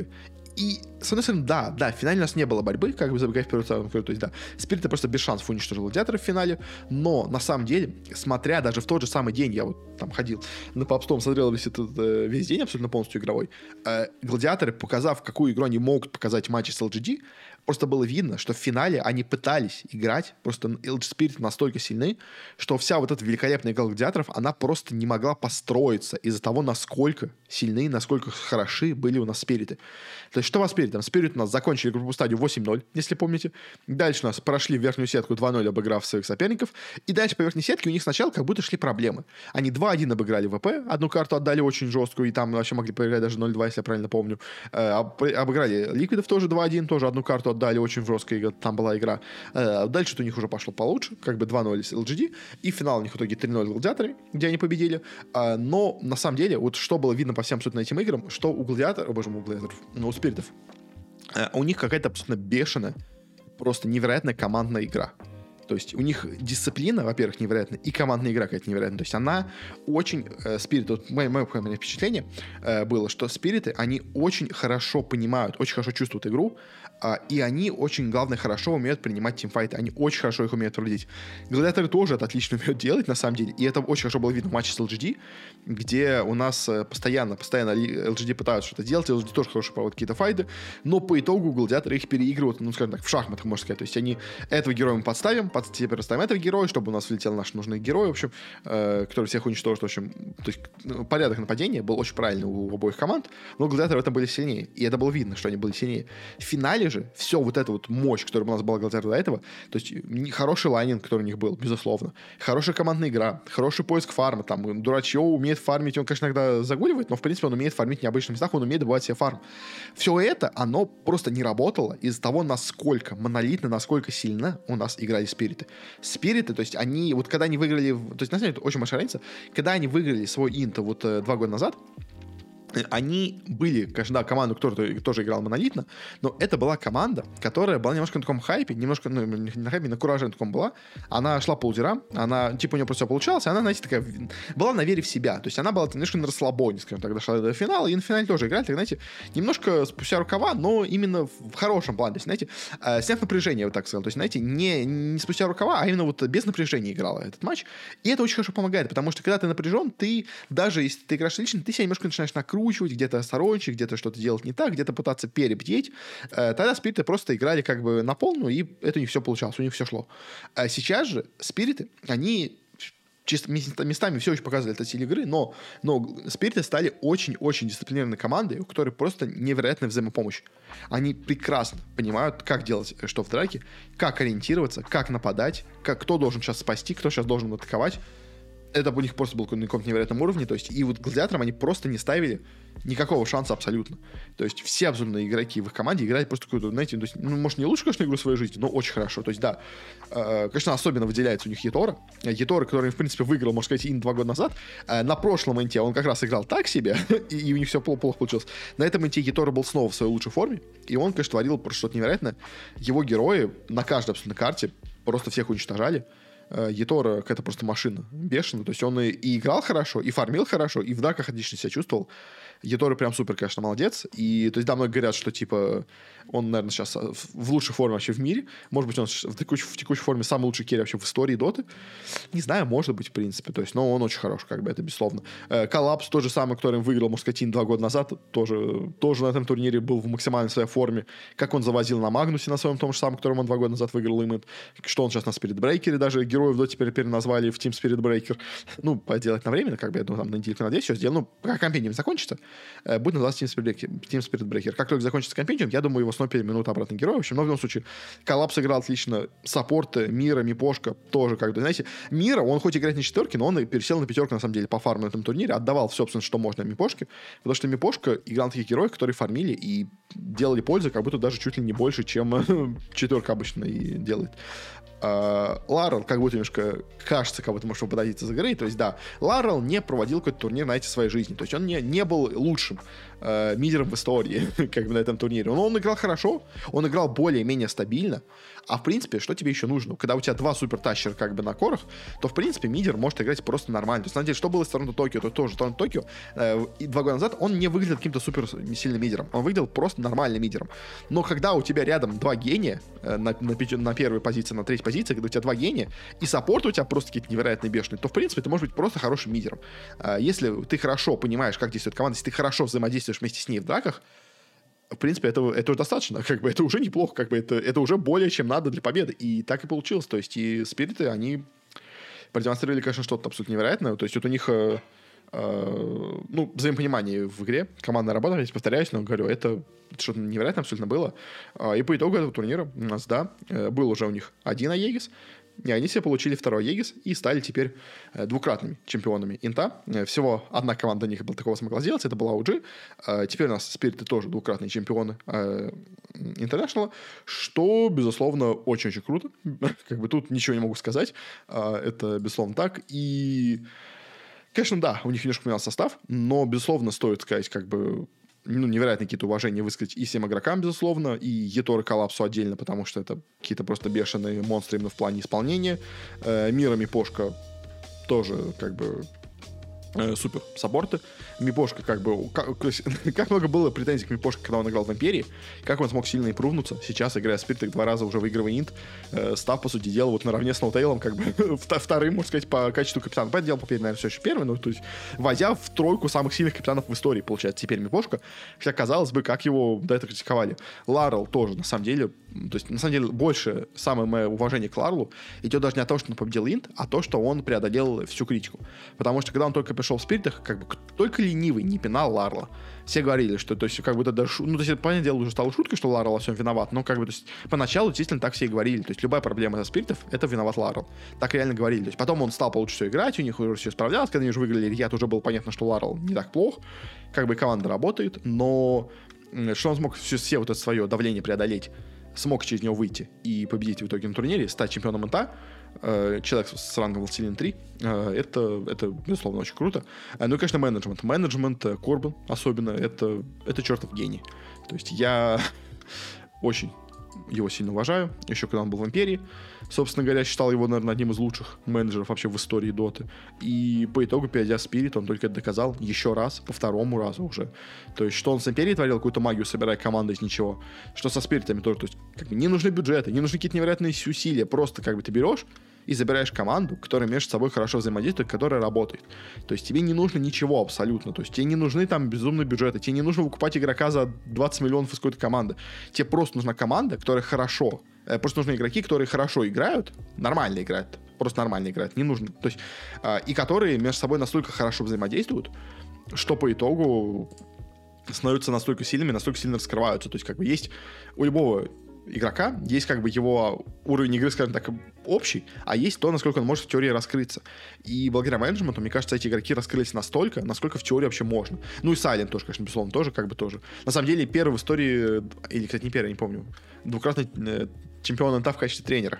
И, с одной стороны, да, да, в финале у нас не было борьбы, как бы забегая вперед, то есть, да, Спириты просто без шансов уничтожил Гладиаторов в финале, но, на самом деле, смотря даже в тот же самый день, я вот там ходил на PubStorm, смотрел весь этот, э, весь день абсолютно полностью игровой, э, Гладиаторы, показав, какую игру они могут показать в матче с эл джи ди, просто было видно, что в финале они пытались играть, просто эл джи Spirit настолько сильны, что вся вот эта великолепная игра Гладиаторов, она просто не могла построиться из-за того, насколько сильны, насколько хороши были у нас Спириты. То есть, что у вас Спирит? Там Спирит у нас закончили групповую стадию восемь ноль, если помните. Дальше у нас прошли в верхнюю сетку два ноль, обыграв своих соперников. И дальше по верхней сетке у них сначала как будто шли проблемы. Они два один обыграли ВП, одну карту отдали очень жесткую, и там вообще могли проиграть даже ноль два, если я правильно помню. Обыграли Ликвидов тоже два один, тоже одну карту отдали очень жесткая, там была игра. Дальше у них уже пошло получше, как бы два ноль с эл джи ди, и финал у них в итоге три ноль Гладиаторы, где они победили. Но на самом деле, вот что было видно по всем абсолютно этим играм, что у Гладиаторов, о боже мой, у Гладиаторов, ну, у Спиритов, у них какая-то абсолютно бешеная, просто невероятная командная игра. То есть у них дисциплина, во-первых, невероятная, и командная игра какая-то невероятная. То есть она очень... Э, Спириты, вот мое, мое, мое впечатление э, было, что Спириты, они очень хорошо понимают, очень хорошо чувствуют игру, э, и они очень, главное, хорошо умеют принимать тимфайты. Они очень хорошо их умеют проводить. Гладиаторы тоже это отлично умеют делать, на самом деле. И это очень хорошо было видно в матче с эл джи ди, где у нас постоянно, постоянно эл джи ди пытаются что-то делать, эл джи ди тоже хорошо проводят какие-то файты, но по итогу Гладиаторы их переигрывают, ну, скажем так, в шахматах, можно сказать. То есть они этого героя мы подставим, теперь расставим этого героя, чтобы у нас влетел наш нужный герой, в общем, э, который всех уничтожит. В общем, то есть ну, порядок нападения был очень правильный у обоих команд, но Гладиаторы в этом были сильнее. И это было видно, что они были сильнее. В финале же все вот эта вот мощь, которая у нас была Гладиаторов до этого, то есть хороший лайнинг, который у них был, безусловно, хорошая командная игра, хороший поиск фарма, там, Дурачье умеет фармить, он, конечно, иногда загуливает, но, в принципе, он умеет фармить в необычных местах, он умеет добывать себе фарм. Все это, оно просто не работало из-за того, насколько монолитно, насколько сильно у нас играли Спириты. Спириты, то есть они, вот когда они выиграли, то есть на самом деле это очень большая разница, когда они выиграли свой инт вот э, два года назад, они были, конечно, да, команда, которая тоже играла монолитно, но это была команда, которая была немножко на таком хайпе, немножко, ну, не на хайпе, на кураже на таком была. Она шла по лузерам, она, типа, у нее просто все получалось, и она, знаете, такая, была на вере в себя. То есть она была немножко на расслабоне, скажем так, дошла до финала, и на финале тоже играли, так, знаете, немножко спустя рукава, но именно в хорошем плане. То есть, знаете, э, сняв напряжение, вот так сказал. То есть, знаете, не, не спустя рукава, а именно вот без напряжения играла этот матч. И это очень хорошо помогает, потому что когда ты напряжен, ты, даже если ты играешь лично, ты себя немножко начинаешь накручивать, где-то осторожничать, где-то что-то делать не так, где-то пытаться перебдеть. Тогда Спириты просто играли как бы на полную, и это у них все получалось, у них все шло. А сейчас же Спириты, они чисто местами все еще показывали этот стиль игры, но, но Спириты стали очень-очень дисциплинированной командой, у которой просто невероятная взаимопомощь. Они прекрасно понимают, как делать что в драке, как ориентироваться, как нападать, как, кто должен сейчас спасти, кто сейчас должен атаковать. Это у них просто был на каком-то невероятном уровне. То есть, и вот Гладиаторам они просто не ставили никакого шанса абсолютно. То есть, все абсолютно игроки в их команде играли просто какую-то, знаете, то есть, ну, может, не лучшую, конечно, игру в своей жизни, но очень хорошо. То есть, да, э, конечно, особенно выделяется у них Етора. Етора, который, в принципе, выиграл, можно сказать, инт два года назад. Э, на прошлом инте он как раз играл так себе, и, и у них все плохо, плохо получилось. На этом инте Етора был снова в своей лучшей форме, и он, конечно, творил просто что-то невероятное. Его герои на каждой абсолютно карте просто всех уничтожали. Етора какая-то просто машина бешеная. То есть он и, и играл хорошо, и фармил хорошо, и в драках отлично себя чувствовал. Етора прям супер, конечно, молодец. И, то есть, да, многие говорят, что, типа, он, наверное, сейчас в лучшей форме вообще в мире. Может быть, он в текущей, в текущей форме самый лучший керри вообще в истории доты. Не знаю, может быть, в принципе. То есть, но он очень хорош, как бы, это безусловно. Коллапс, тот же самый, который выиграл, можно сказать, два года назад, тоже, тоже на этом турнире был в максимальной своей форме. Как он завозил на Магнусе, на своем том же самом, которым он два года назад выиграл имент. Что он сейчас на Spirit Breaker, даже героев доте теперь переназвали в Team Spirit Breaker. Ну, поделать на время, как бы, я думаю, там на недельку, на две все сделаю. Ну, пока компендиум закончится, будет называться Team Spirit, Team Spirit Breaker. Как только закончится компендиум, я думаю, его снова переименуют обратно героя. В общем, но в любом случае, Коллапс играл отлично. Саппорты, Мира, Мипошка тоже, как бы, знаете, Мира, он хоть играет на четверке, но он и пересел на пятерку, на самом деле, по фарму на этом турнире, отдавал все, собственно, что можно Мипошке, потому что Мипошка играл на таких героев, которые фармили и делали пользу, как будто даже чуть ли не больше, чем четверка обычно и делает. Uh, Ларел как будто немножко кажется, как будто может выпадать из игры. То есть, да, Ларел не проводил какой-то турнир на эти своей жизни. То есть, он не, не был лучшим э, мидером в истории, как бы на этом турнире. Но он играл хорошо, он играл более-менее стабильно. А в принципе, что тебе еще нужно? Когда у тебя два супертащера как бы на корах, то в принципе мидер может играть просто нормально. То есть, на самом деле, что было с Торонто Токио, то тоже Торонто Токио э, и два года назад он не выглядел каким-то супер сильным мидером. Он выглядел просто нормальным мидером. Но когда у тебя рядом два гения э, на, на, на первой позиции, на третьей позиции, когда у тебя два гения, и саппорт у тебя просто какие-то невероятные бешеные, то в принципе ты можешь быть просто хорошим мидером. Э, если ты хорошо понимаешь, как действует команда, если ты хорошо взаимодействуешь вместе с ней в драках, в принципе, этого, этого достаточно, как бы это уже неплохо, как бы это, это уже более чем надо для победы. И так и получилось. То есть и спириты, они продемонстрировали, конечно, что-то абсолютно невероятное. То есть вот у них э, э, ну, взаимопонимание в игре, командная работа, я повторяюсь, но говорю, это что-то невероятное абсолютно было. И по итогу этого турнира у нас, да, был уже у них один Аегис, и они себе получили второй Аегис и стали теперь э, двукратными чемпионами Инта. Э, всего одна команда у них была такого смогла сделать, это была о джи. Э, теперь у нас спириты тоже двукратные чемпионы э, International, что, безусловно, очень-очень круто. Как бы тут ничего не могу сказать. Э, это, безусловно, так. И, конечно, да, у них немножко поменялся состав, но, безусловно, стоит сказать, как бы, ну, невероятные какие-то уважения высказать и всем игрокам, безусловно, и Етор и Коллапсу отдельно, потому что это какие-то просто бешеные монстры именно в плане исполнения. Э, Мира Мипошка тоже, как бы, э, супер саппорты. Мипошка, как бы, как, как много было претензий к Мипошке, когда он играл в Империи, как он смог сильно импрувнуться. Сейчас, играя в Спиритах, два раза уже выигрывая инт, э, став, по сути дела, вот наравне с Ноутейлом, как бы, вторым, можно сказать, по качеству капитана. Понятное дело, поперед, наверное, все еще первый, но, то есть, возя в тройку самых сильных капитанов в истории, получается, теперь Мипошка. Хотя, казалось бы, как его до этого критиковали. Ларел тоже, на самом деле, то есть, на самом деле, больше самое мое уважение к Ларлу идет даже не от того, что он победил инт, а то, что он преодолел всю критику. Потому что, когда он только пришел в Спиритах, как бы, только ленивый не пинал Ларла. Все говорили, что, то есть, как бы, это даже, ну, то есть, это, понятное дело, уже стало шуткой, что Ларл во всем виноват, но, как бы, то есть, поначалу, действительно, так все и говорили. То есть, любая проблема со Спиритов, это виноват Ларл. Так реально говорили. То есть, потом он стал получше все играть, у них уже все справлялось, когда они уже выиграли Рьят, уже было понятно, что Ларл не так плох, как бы, команда работает, но что он смог все, все вот это свое давление преодолеть, смог через него выйти и победить в итоге на турнире, стать чемпионом эн-та, э, человек с рангом Властелин три, э, это, это, безусловно, очень круто. Э, ну и, конечно, менеджмент. Менеджмент, э, Корбан особенно, это, это чертов гений. То есть я очень его сильно уважаю, еще когда он был в Империи. Собственно говоря, считал его, наверное, одним из лучших менеджеров вообще в истории Доты. И по итогу, перейдя в Спирит, он только это доказал еще раз, по второму разу уже. То есть, что он с Империей творил, какую-то магию, собирая команду из ничего. Что со Спиритами тоже. То есть, как бы, не нужны бюджеты, не нужны какие-то невероятные усилия. Просто, как бы, ты берешь и забираешь команду, которая между собой хорошо взаимодействует, которая работает. То есть тебе не нужно ничего абсолютно. То есть тебе не нужны там безумные бюджеты, тебе не нужно выкупать игрока за двадцать миллионов из какой-то команды. Тебе просто нужна команда, которая хорошо... Э, просто нужны игроки, которые хорошо играют, нормально играют, просто нормально играют, не нужно. То есть, э, и которые между собой настолько хорошо взаимодействуют, что по итогу становятся настолько сильными, настолько сильно раскрываются. То есть как бы есть у любого игрока есть как бы его уровень игры, скажем так, общий, а есть то, насколько он может в теории раскрыться. И благодаря менеджменту, мне кажется, эти игроки раскрылись настолько, насколько в теории вообще можно. Ну и Silent тоже, конечно, безусловно, тоже как бы тоже. На самом деле, первый в истории, или, кстати, не первый, не помню, двукратный э, чемпион эн-та в качестве тренера.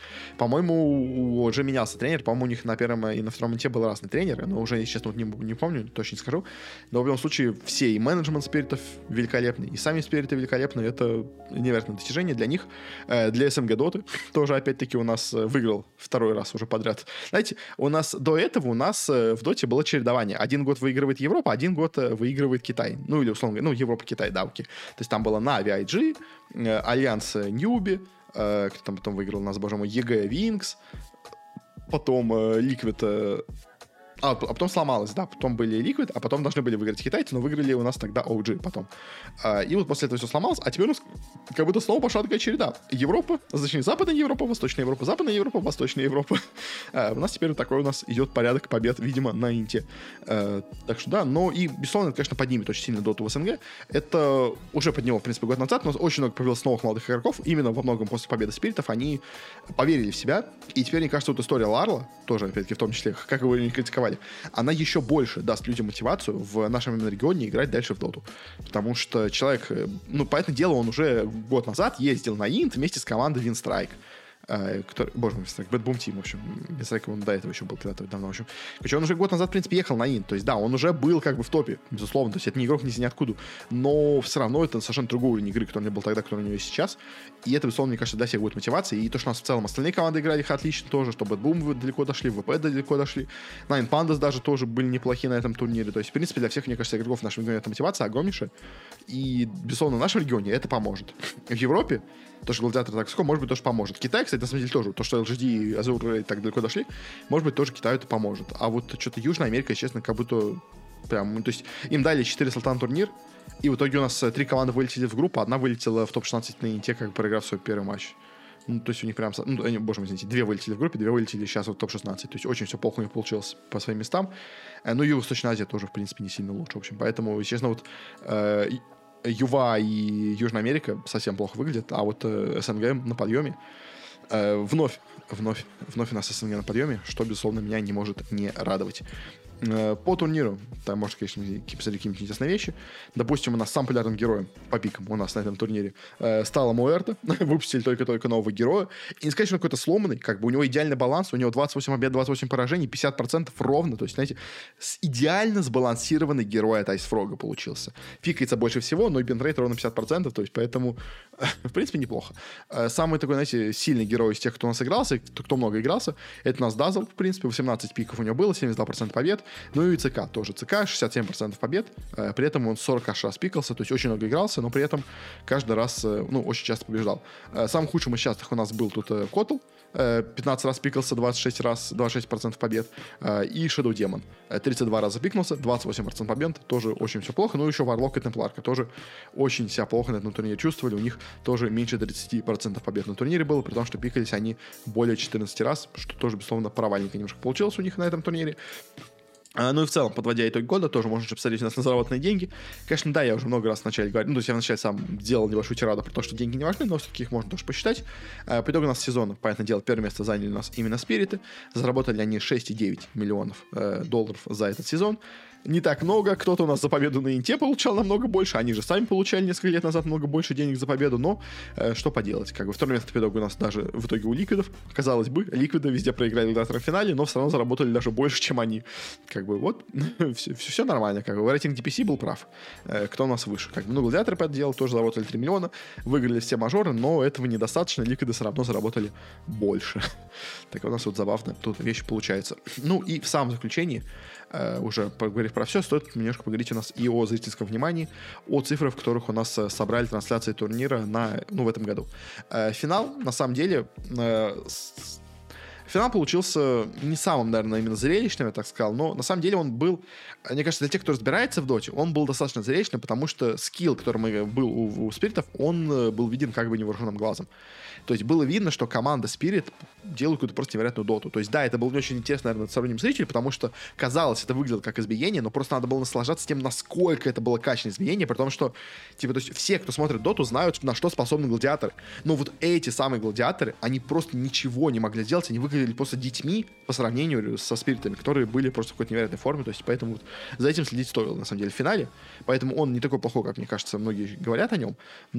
По-моему, уже менялся тренер, по-моему, у них на первом и на втором эн-те был разный тренер, но уже, если честно, вот не, не помню, точно не скажу. Но в любом случае, все и менеджмент спиритов великолепный, и сами спириты великолепны, это невероятное достижение для них. Для СНГ Доты тоже, опять-таки, у нас выиграл второй раз уже подряд. Знаете, у нас до этого у нас в Доте было чередование. Один год выигрывает Европа, один год выигрывает Китай. Ну, или, условно говоря, ну, Европа-Китай, да, окей. То есть там было Нави, ай джи, Альянс Ньюби, кто там потом выиграл у нас, боже мой, ЕГЭ Винкс, потом Liquid... А, а потом сломалось, да, потом были Liquid, а потом должны были выиграть китайцы, но выиграли у нас тогда о джи потом. А, и вот после этого все сломалось, а теперь у нас как будто снова пошла такая череда. Европа, точнее, Западная Европа, Восточная Европа, Западная Европа, Восточная Европа. А, у нас теперь такой у нас идет порядок побед, видимо, на Инте. А, так что да, но и, безусловно, это, конечно, поднимет очень сильно доту в СНГ. Это уже подняло, в принципе, год назад, но очень много появилось новых молодых игроков. Именно во многом после победы спиритов они поверили в себя. И теперь, мне кажется, вот история Ларла, тоже, опять-таки, в том числе, как его не критиковали, она еще больше даст людям мотивацию в нашем регионе играть дальше в доту. Потому что человек, ну, понятное дело, он уже год назад ездил на Инт вместе с командой Winstrike. э, который, боже мой, Bad Boom Team, в общем, без всякого, он до этого еще был когда-то давно, в общем. Короче, он уже год назад, в принципе, ехал на Инт, то есть, да, он уже был как бы в топе, безусловно, то есть, это не игрок ни ниоткуда, но все равно это совершенно другой уровень игры, который у него был тогда, который у него есть сейчас, и это, безусловно, мне кажется, для всех будет мотивация, и то, что у нас в целом остальные команды играли их отлично тоже, что Bad Boom далеко дошли, ви пи далеко дошли, Nine Pandas даже тоже были неплохие на этом турнире, то есть, в принципе, для всех, мне кажется, игроков в нашем регионе эта мотивация огромнейшая, и, безусловно, в нашем регионе это поможет. В Европе то, что гладиаторы так высоко, может быть, тоже поможет. Китай, кстати, на самом деле тоже. То, что эл джи ди и Azure так далеко дошли, может быть, тоже Китаю это поможет. А вот что-то Южная Америка, честно, как будто прям... То есть им дали четыре слота на турнир, и в итоге у нас три команды вылетели в группу, одна вылетела в топ шестнадцать на Инте, как проиграв свой первый матч. Ну, то есть у них прям... Ну, они, боже мой, извините, две вылетели в группе, две вылетели сейчас в топ шестнадцать. То есть очень все плохо у них получилось по своим местам. Ну, Юго-Восточная Азия тоже, в принципе, не сильно лучше. В общем, поэтому, честно, вот... Э, Юва и Южная Америка совсем плохо выглядят, а вот э, СНГ на подъеме. Э, вновь, вновь, вновь у нас СНГ на подъеме, что, безусловно, меня не может не радовать. Э, по турниру, там, может, конечно, посмотреть какие-нибудь интересные вещи. Допустим, у нас самым популярным героем по пикам у нас на этом турнире э, стала Муэрта. Выпустили только-только нового героя. И не сказать, что он какой-то сломанный, как бы у него идеальный баланс, у него двадцать восемь побед, двадцать восемь поражений, пятьдесят процентов ровно. То есть, знаете, с идеально сбалансированный герой от Ice Frog получился. Пикается больше всего, но и бинрейт ровно пятьдесят процентов, то есть, поэтому, в принципе, неплохо. Самый такой, знаете, сильный герой из тех, кто у нас игрался, кто много игрался, это у нас Дазл, в принципе, восемнадцать пиков у него было, семьдесят два процента побед. Ну и ЦК тоже. ЦК шестьдесят семь процентов побед, при этом он сорок аж раз пикался, то есть очень много игрался, но при этом каждый раз, ну, очень часто побеждал. Самым худшим из частых у нас был тут Котл, пятнадцать раз пикался, двадцать шесть раз, двадцать шесть процентов побед, и Shadow Demon, тридцать два раза пикнулся, двадцать восемь процентов побед, тоже очень все плохо, ну и еще Варлок и Темпларка тоже очень себя плохо на этом турнире чувствовали, у них тоже меньше тридцать процентов побед на турнире было, при том, что пикались они более четырнадцать раз, что тоже, безусловно, провальненько немножко получилось у них на этом турнире. А, ну и в целом, подводя итог года, тоже можно посмотреть у нас на заработанные деньги. Конечно, да, я уже много раз вначале говорил, ну, то есть я вначале сам делал небольшую тираду про то, что деньги не важны, но все-таки их можно тоже посчитать. А, по итогу у нас сезона, понятное дело, первое место заняли у нас именно Спириты. Заработали они шесть целых девять десятых миллионов э, долларов за этот сезон. Не так много, кто-то у нас за победу на Инте получал намного больше, они же сами получали несколько лет назад много больше денег за победу, но э, что поделать, как бы второе место по итогу у нас даже в итоге у Ликвидов, казалось бы, Ликвиды везде проиграли гладиаторам в финале, но все равно заработали даже больше, чем они, как бы вот, все, все нормально, как бы рейтинг ди пи си был прав, э, кто у нас выше, как бы, ну, гладиаторы по этому делу тоже заработали три миллиона, выиграли все мажоры, но этого недостаточно, Ликвиды все равно заработали больше, так у нас вот забавно тут вещи получается. Ну и в самом заключении, э, уже поговорив про все, стоит немножко поговорить у нас и о зрительском внимании, о цифрах, в которых у нас собрали трансляции турнира на, ну, в этом году. Э, финал, на самом деле, э, с... финал получился не самым, наверное, именно зрелищным, я так сказал, но на самом деле он был, мне кажется, для тех, кто разбирается в доте, он был достаточно зрелищным, потому что скилл, который был у, у спиритов, он был виден как бы невооруженным глазом. То есть было видно, что команда Spirit делает какую-то просто невероятную доту. То есть да, это было не очень интересно, наверное, сторонним зрителям, потому что казалось, это выглядело как избиение, но просто надо было наслаждаться тем, насколько это было качественное избиение, при том, что типа, то есть все, кто смотрит доту, знают, на что способны гладиаторы. Но вот эти самые гладиаторы, они просто ничего не могли сделать, они выглядели просто детьми по сравнению со спиритами, которые были просто в какой-то невероятной форме. То есть поэтому вот за этим следить стоило, на самом деле, в финале. Поэтому он не такой плохой, как, мне кажется, многие говорят о нем,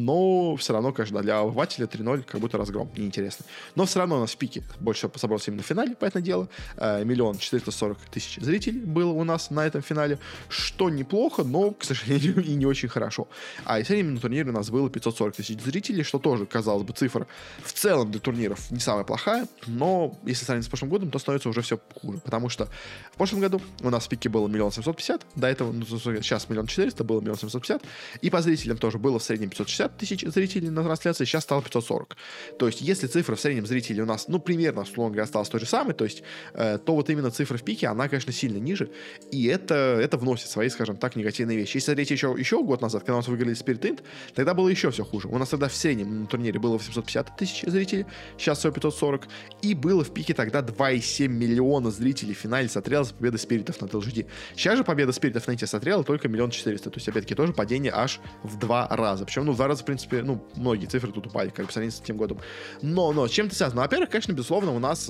но все равно, конечно, для обывателя три ноль как будто разгром, неинтересно. Но все равно у нас в пике больше всего собрался именно в финале, понятное дело. Миллион четыреста сорок тысяч зрителей было у нас на этом финале, что неплохо, но, к сожалению, и не очень хорошо. А и в среднем на турнире у нас было пятьсот сорок тысяч зрителей, что тоже, казалось бы, цифра в целом для турниров не самая плохая, но если сравнить с прошлым годом, то становится уже все хуже, потому что в прошлом году у нас в пике было миллион семьсот пятьдесят, до этого, ну, сейчас миллион четыреста, было миллион семьсот пятьдесят, и по зрителям тоже было в среднем пятьсот шестьдесят тысяч зрителей на трансляции, сейчас стало пятьсот сорок. То есть, если цифра в среднем зрителей у нас, ну, примерно, условно говоря, осталась той же самой, то есть, э, то вот именно цифра в пике, она, конечно, сильно ниже, и это, это вносит свои, скажем так, негативные вещи. Если смотреть еще, еще год назад, когда у нас выиграли Spirit Int, тогда было еще все хуже. У нас тогда в среднем на турнире было восемьсот пятьдесят тысяч зрителей, сейчас всего пятьсот сорок, и было в пике тогда два и семь миллиона зрителей в финале смотрело за победу спиритов на эл джи ди. Сейчас же победа спиритов на эти смотрела только миллион четыреста. То есть, опять-таки, тоже падение аж в два раза. Причем, ну, в два раза, в принципе, ну, многие цифры тут упали, как бы, по сравнению с тем годом. Но, но, с чем это связано? Ну, во-первых, конечно, безусловно, у нас...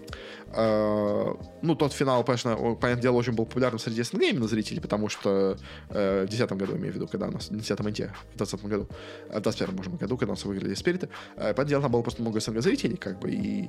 Э, ну, тот финал, конечно, понятное дело, очень был популярным среди СНГ именно зрителей, потому что э, в десятом году, имею в виду, когда у нас, в десятом инте, в двадцатом году, в двадцать первом, может быть, году, когда у нас выиграли спириты, э, понятное дело, там было просто много СНГ зрителей, как бы, и...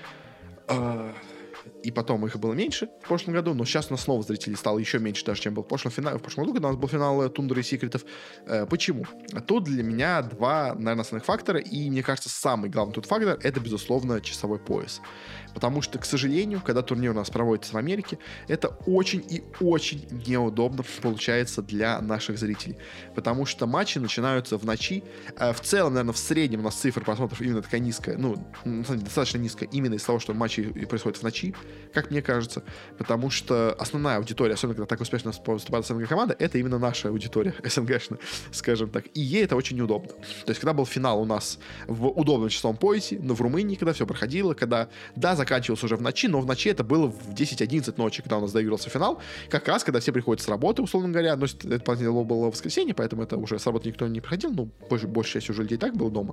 Э, и потом их было меньше в прошлом году, но сейчас у нас снова зрителей стало еще меньше, даже чем был в прошлом, финале, в прошлом году, когда у нас был финал Тундры и Секретов. Э, почему? Тут для меня два, наверное, основных фактора, и, мне кажется, самый главный тут фактор — это, безусловно, часовой пояс. Потому что, к сожалению, когда турнир у нас проводится в Америке, это очень и очень неудобно получается для наших зрителей. Потому что матчи начинаются в ночи. В целом, наверное, в среднем у нас цифра просмотров именно такая низкая. Ну, на самом деле, достаточно низкая именно из-за того, что матчи происходят в ночи, как мне кажется. Потому что основная аудитория, особенно когда так успешно выступает СНГ-команда, это именно наша аудитория, СНГшная, скажем так. И ей это очень неудобно. То есть, когда был финал у нас в удобном часовом поясе, но в Румынии, когда все проходило, когда, да, заканчивался уже в ночи, но в ночи это было в десять-одиннадцать ночи, когда у нас доигрался финал, как раз, когда все приходят с работы, условно говоря, но это, понятное дело, было воскресенье, поэтому это уже с работы никто не приходил, ну, больше, большая часть уже людей так было дома,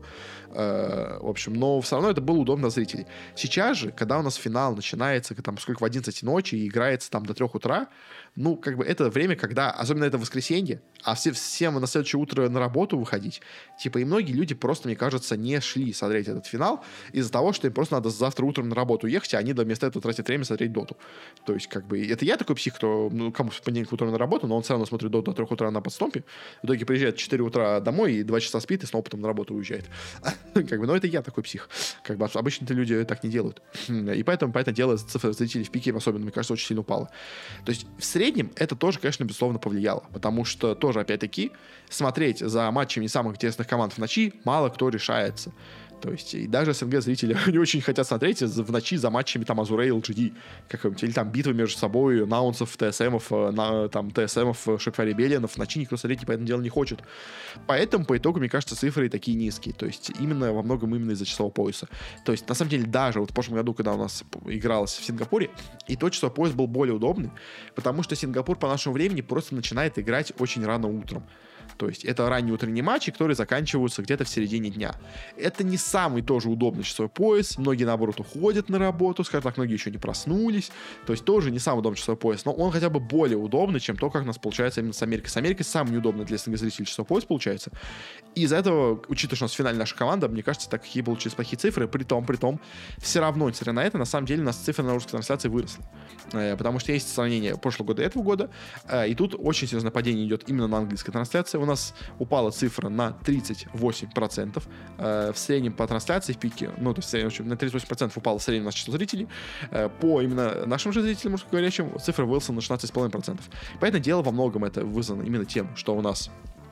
э, в общем, но все равно это было удобно для зрителей. Сейчас же, когда у нас финал начинается, там, сколько, в одиннадцать ночи и играется там до трех утра, ну, как бы это время, когда, особенно это воскресенье, а все, всем на следующее утро на работу выходить, типа, и многие люди просто, мне кажется, не шли смотреть этот финал из-за того, что им просто надо завтра утром на работу ехать, а они вместо этого тратят время смотреть доту. То есть, как бы, это я такой псих, кто, ну, кому в понедельник утром на работу, но он все равно смотрит доту до трех утра на подстомпе, в итоге приезжает в четыре утра домой и два часа спит, и снова потом на работу уезжает. Как бы, но это я такой псих. Как бы, обычно-то люди так не делают. И поэтому, поэтому дело цифра зрителей в пике особенно, мне кажется, очень сильно упала. То есть, в среднем это тоже, конечно, безусловно, повлияло, потому что тоже, опять-таки, смотреть за матчами самых интересных команд в ночи мало кто решается. То есть, и даже СНГ-зрители не очень хотят смотреть в ночи за матчами там Азуре и эл джи ди, какой-нибудь, или там битвы между собой, наунсов, ТСМов, на, там, ТСМов, Шипфа Ребелианов, в ночи никто смотреть, по этому делу, не хочет. Поэтому, по итогу, мне кажется, цифры такие низкие. То есть, именно во многом именно из-за часового пояса. То есть, на самом деле, даже вот в прошлом году, когда у нас игралось в Сингапуре, и тот часовой пояс был более удобный, потому что Сингапур по нашему времени просто начинает играть очень рано утром. То есть это ранние утренние матчи, которые заканчиваются где-то в середине дня. Это не самый тоже удобный часовой пояс. Многие, наоборот, уходят на работу, скажем так, многие еще не проснулись. То есть тоже не самый удобный часовой пояс, но он хотя бы более удобный, чем то, как у нас получается именно с Америкой. С Америкой самый неудобный для СНГ-зрителей часовой пояс получается. И из-за этого, учитывая, что у нас в финале наша команда, мне кажется, так какие получились плохие цифры, при том, при том, все равно, несмотря на это, на самом деле у нас цифры на русской трансляции выросли. Потому что есть сравнение прошлого года и этого года, и тут очень серьезное падение идет именно на английской трансляции. У нас упала цифра на тридцать восемь процентов. Э, в среднем по трансляции в пике, ну, то есть в общем, на тридцать восемь процентов упало в среднем наше число зрителей. Э, по именно нашим же зрителям, русскоговорящим, цифра выросла на шестнадцать целых пять десятых процента. Поэтому дело во многом это вызвано именно тем, что у нас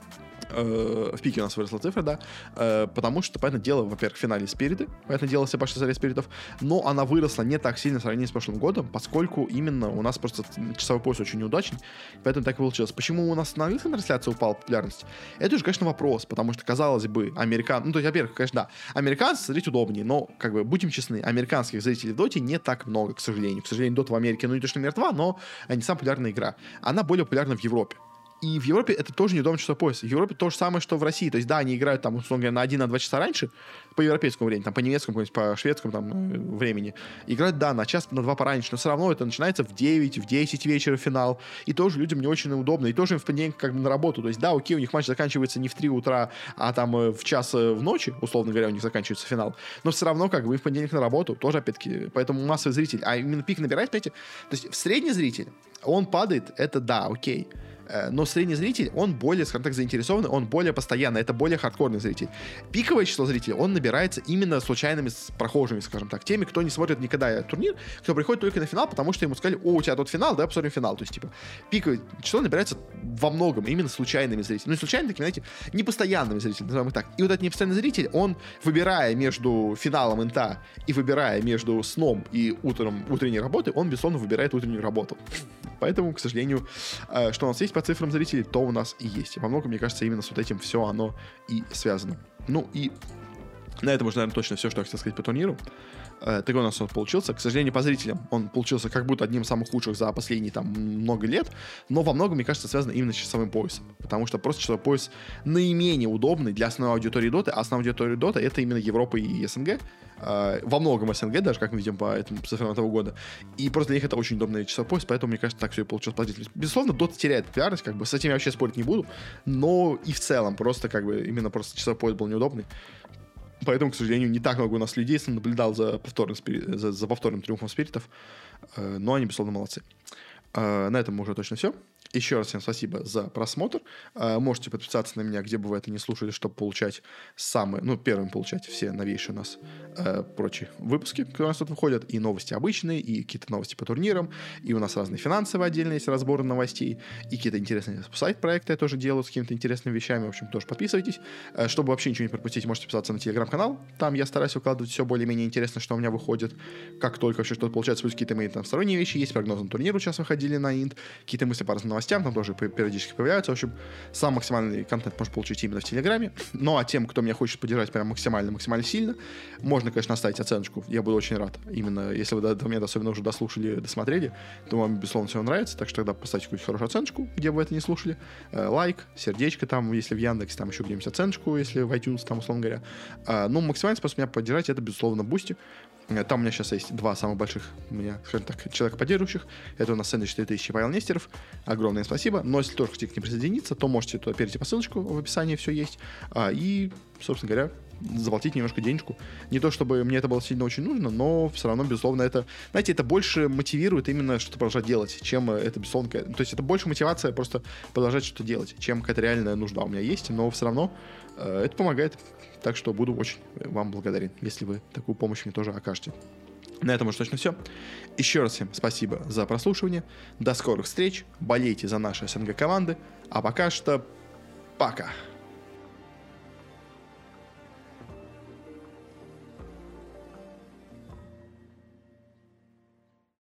в пике у нас выросла цифра, да, потому что, понятное дело, во-первых, в финале спириты, понятное дело, все пошли за спиритов, но она выросла не так сильно в сравнении с прошлым годом, поскольку именно у нас просто часовой пояс очень неудачный, поэтому так и получилось. Почему у нас на английской трансляции упала популярность? Это уже, конечно, вопрос, потому что, казалось бы, американ... Ну, то есть, во-первых, конечно, да, американцы смотреть удобнее, но, как бы, будем честны, американских зрителей в доте не так много, к сожалению. К сожалению, дота в Америке, ну, не то, что мертва, но не самая популярная игра. Она более популярна в Европе. И в Европе это тоже неудобный часовой пояс. В Европе то же самое, что в России. То есть, да, они играют там, условно говоря, на один-два часа раньше, по европейскому времени, там, по немецкому, по шведскому там, времени. Играют, да, на час, на два пораньше, но все равно это начинается в девять, в десять вечера финал. И тоже людям не очень удобно. И тоже им в понедельник как бы на работу. То есть, да, окей, у них матч заканчивается не в три утра, а там в час в ночи, условно говоря, у них заканчивается финал. Но все равно как бы им в понедельник на работу, тоже опять-таки, поэтому массовый зритель. А именно пик набирать, понимаете? То есть, в средний зритель, он падает, это да, окей. Но средний зритель, он более, скажем так, заинтересованный, он более постоянный, это более хардкорный зритель. Пиковое число зрителей, он набирается именно случайными прохожими, скажем так, теми, кто не смотрит никогда турнир, кто приходит только на финал, потому что ему сказали: о, у тебя тот финал, давай посмотрим финал. То есть, типа, пиковое число набирается во многом именно случайными зрителями. Ну, не случайными, такими, знаете, непостоянными зрителями, назовем их так. И вот этот непостоянный зритель, он, выбирая между финалом инта и выбирая между сном и утром утренней работы, он, безусловно, выбирает утреннюю работу. Поэтому, к сожалению, что у нас есть по цифрам зрителей, то у нас и есть. Во многом, мне кажется, именно с вот этим все оно и связано. Ну и На этом уже, наверное, точно все, что я хотел сказать по турниру. Э, такой у нас он получился. К сожалению, по зрителям он получился как будто одним из самых лучших за последние там много лет, но во многом, мне кажется, связано именно с часовым поясом, потому что просто часовой пояс наименее удобный для основной аудитории Доты, а основная аудитория Доты — это именно Европа и СНГ, э, во многом СНГ, даже, как мы видим по этому цифрам этого года, и просто для них это очень удобный часовой пояс, поэтому, мне кажется, так все и получилось по зрителям. Безусловно, Дота теряет популярность, как бы с этим я вообще спорить не буду, но и в целом просто как бы именно просто часовой пояс был неудобный. Поэтому, к сожалению, не так много у нас людей наблюдал за повторным, спири... за, за повторным триумфом спиритов. Э, но они, безусловно, молодцы. Э, на этом уже точно все. Еще раз всем спасибо за просмотр. Э, можете подписаться на меня, где бы вы это не слушали, чтобы получать самые, ну, первым получать все новейшие у нас э, прочие выпуски, которые у нас тут выходят. И новости обычные, и какие-то новости по турнирам. И у нас разные финансовые отдельные есть разборы новостей. И какие-то интересные сайт-проекты я тоже делаю с какими-то интересными вещами. В общем, тоже подписывайтесь. Э, чтобы вообще ничего не пропустить, можете подписаться на телеграм-канал. Там я стараюсь выкладывать все более-менее интересное, что у меня выходит. Как только вообще что-то получается, плюс какие-то мои там сторонние вещи. Есть прогнозы на турниру, сейчас выходили на Инт. Какие-то мысли по разным новостям там тоже периодически появляются. В общем, сам максимальный контент можно получить именно в Телеграме. Ну, а тем, кто меня хочет поддержать прям максимально-максимально сильно, можно, конечно, оставить оценочку. Я буду очень рад. Именно, если вы до этого момента особенно уже дослушали, досмотрели, то вам, безусловно, все нравится. Так что тогда поставьте какую-то хорошую оценочку, где вы это не слушали. Э, лайк, сердечко там, если в Яндексе, там еще где-нибудь оценочку, если в iTunes, там, условно говоря. Э, ну, максимальный способ меня поддержать — это, безусловно, Boosty. Там у меня сейчас есть два самых больших, у меня, скажем так, человека поддерживающих. Это у нас Сэндвич четыре тысячи Павел Нестеров. Огромное спасибо. Но если тоже хотите к ним присоединиться, то можете туда перейти по ссылочку, в описании все есть. А, и, собственно говоря, заплатить немножко денежку. Не то, чтобы мне это было сильно очень нужно, но все равно, безусловно, это, знаете, это больше мотивирует именно что-то продолжать делать, чем это, безусловно, то есть это больше мотивация просто продолжать что-то делать, чем какая-то реальная нужда у меня есть, но все равно э, это помогает. Так что буду очень вам благодарен, если вы такую помощь мне тоже окажете. На этом уже точно все. Еще раз всем спасибо за прослушивание. До скорых встреч. Болейте за наши СНГ команды. А пока что пока.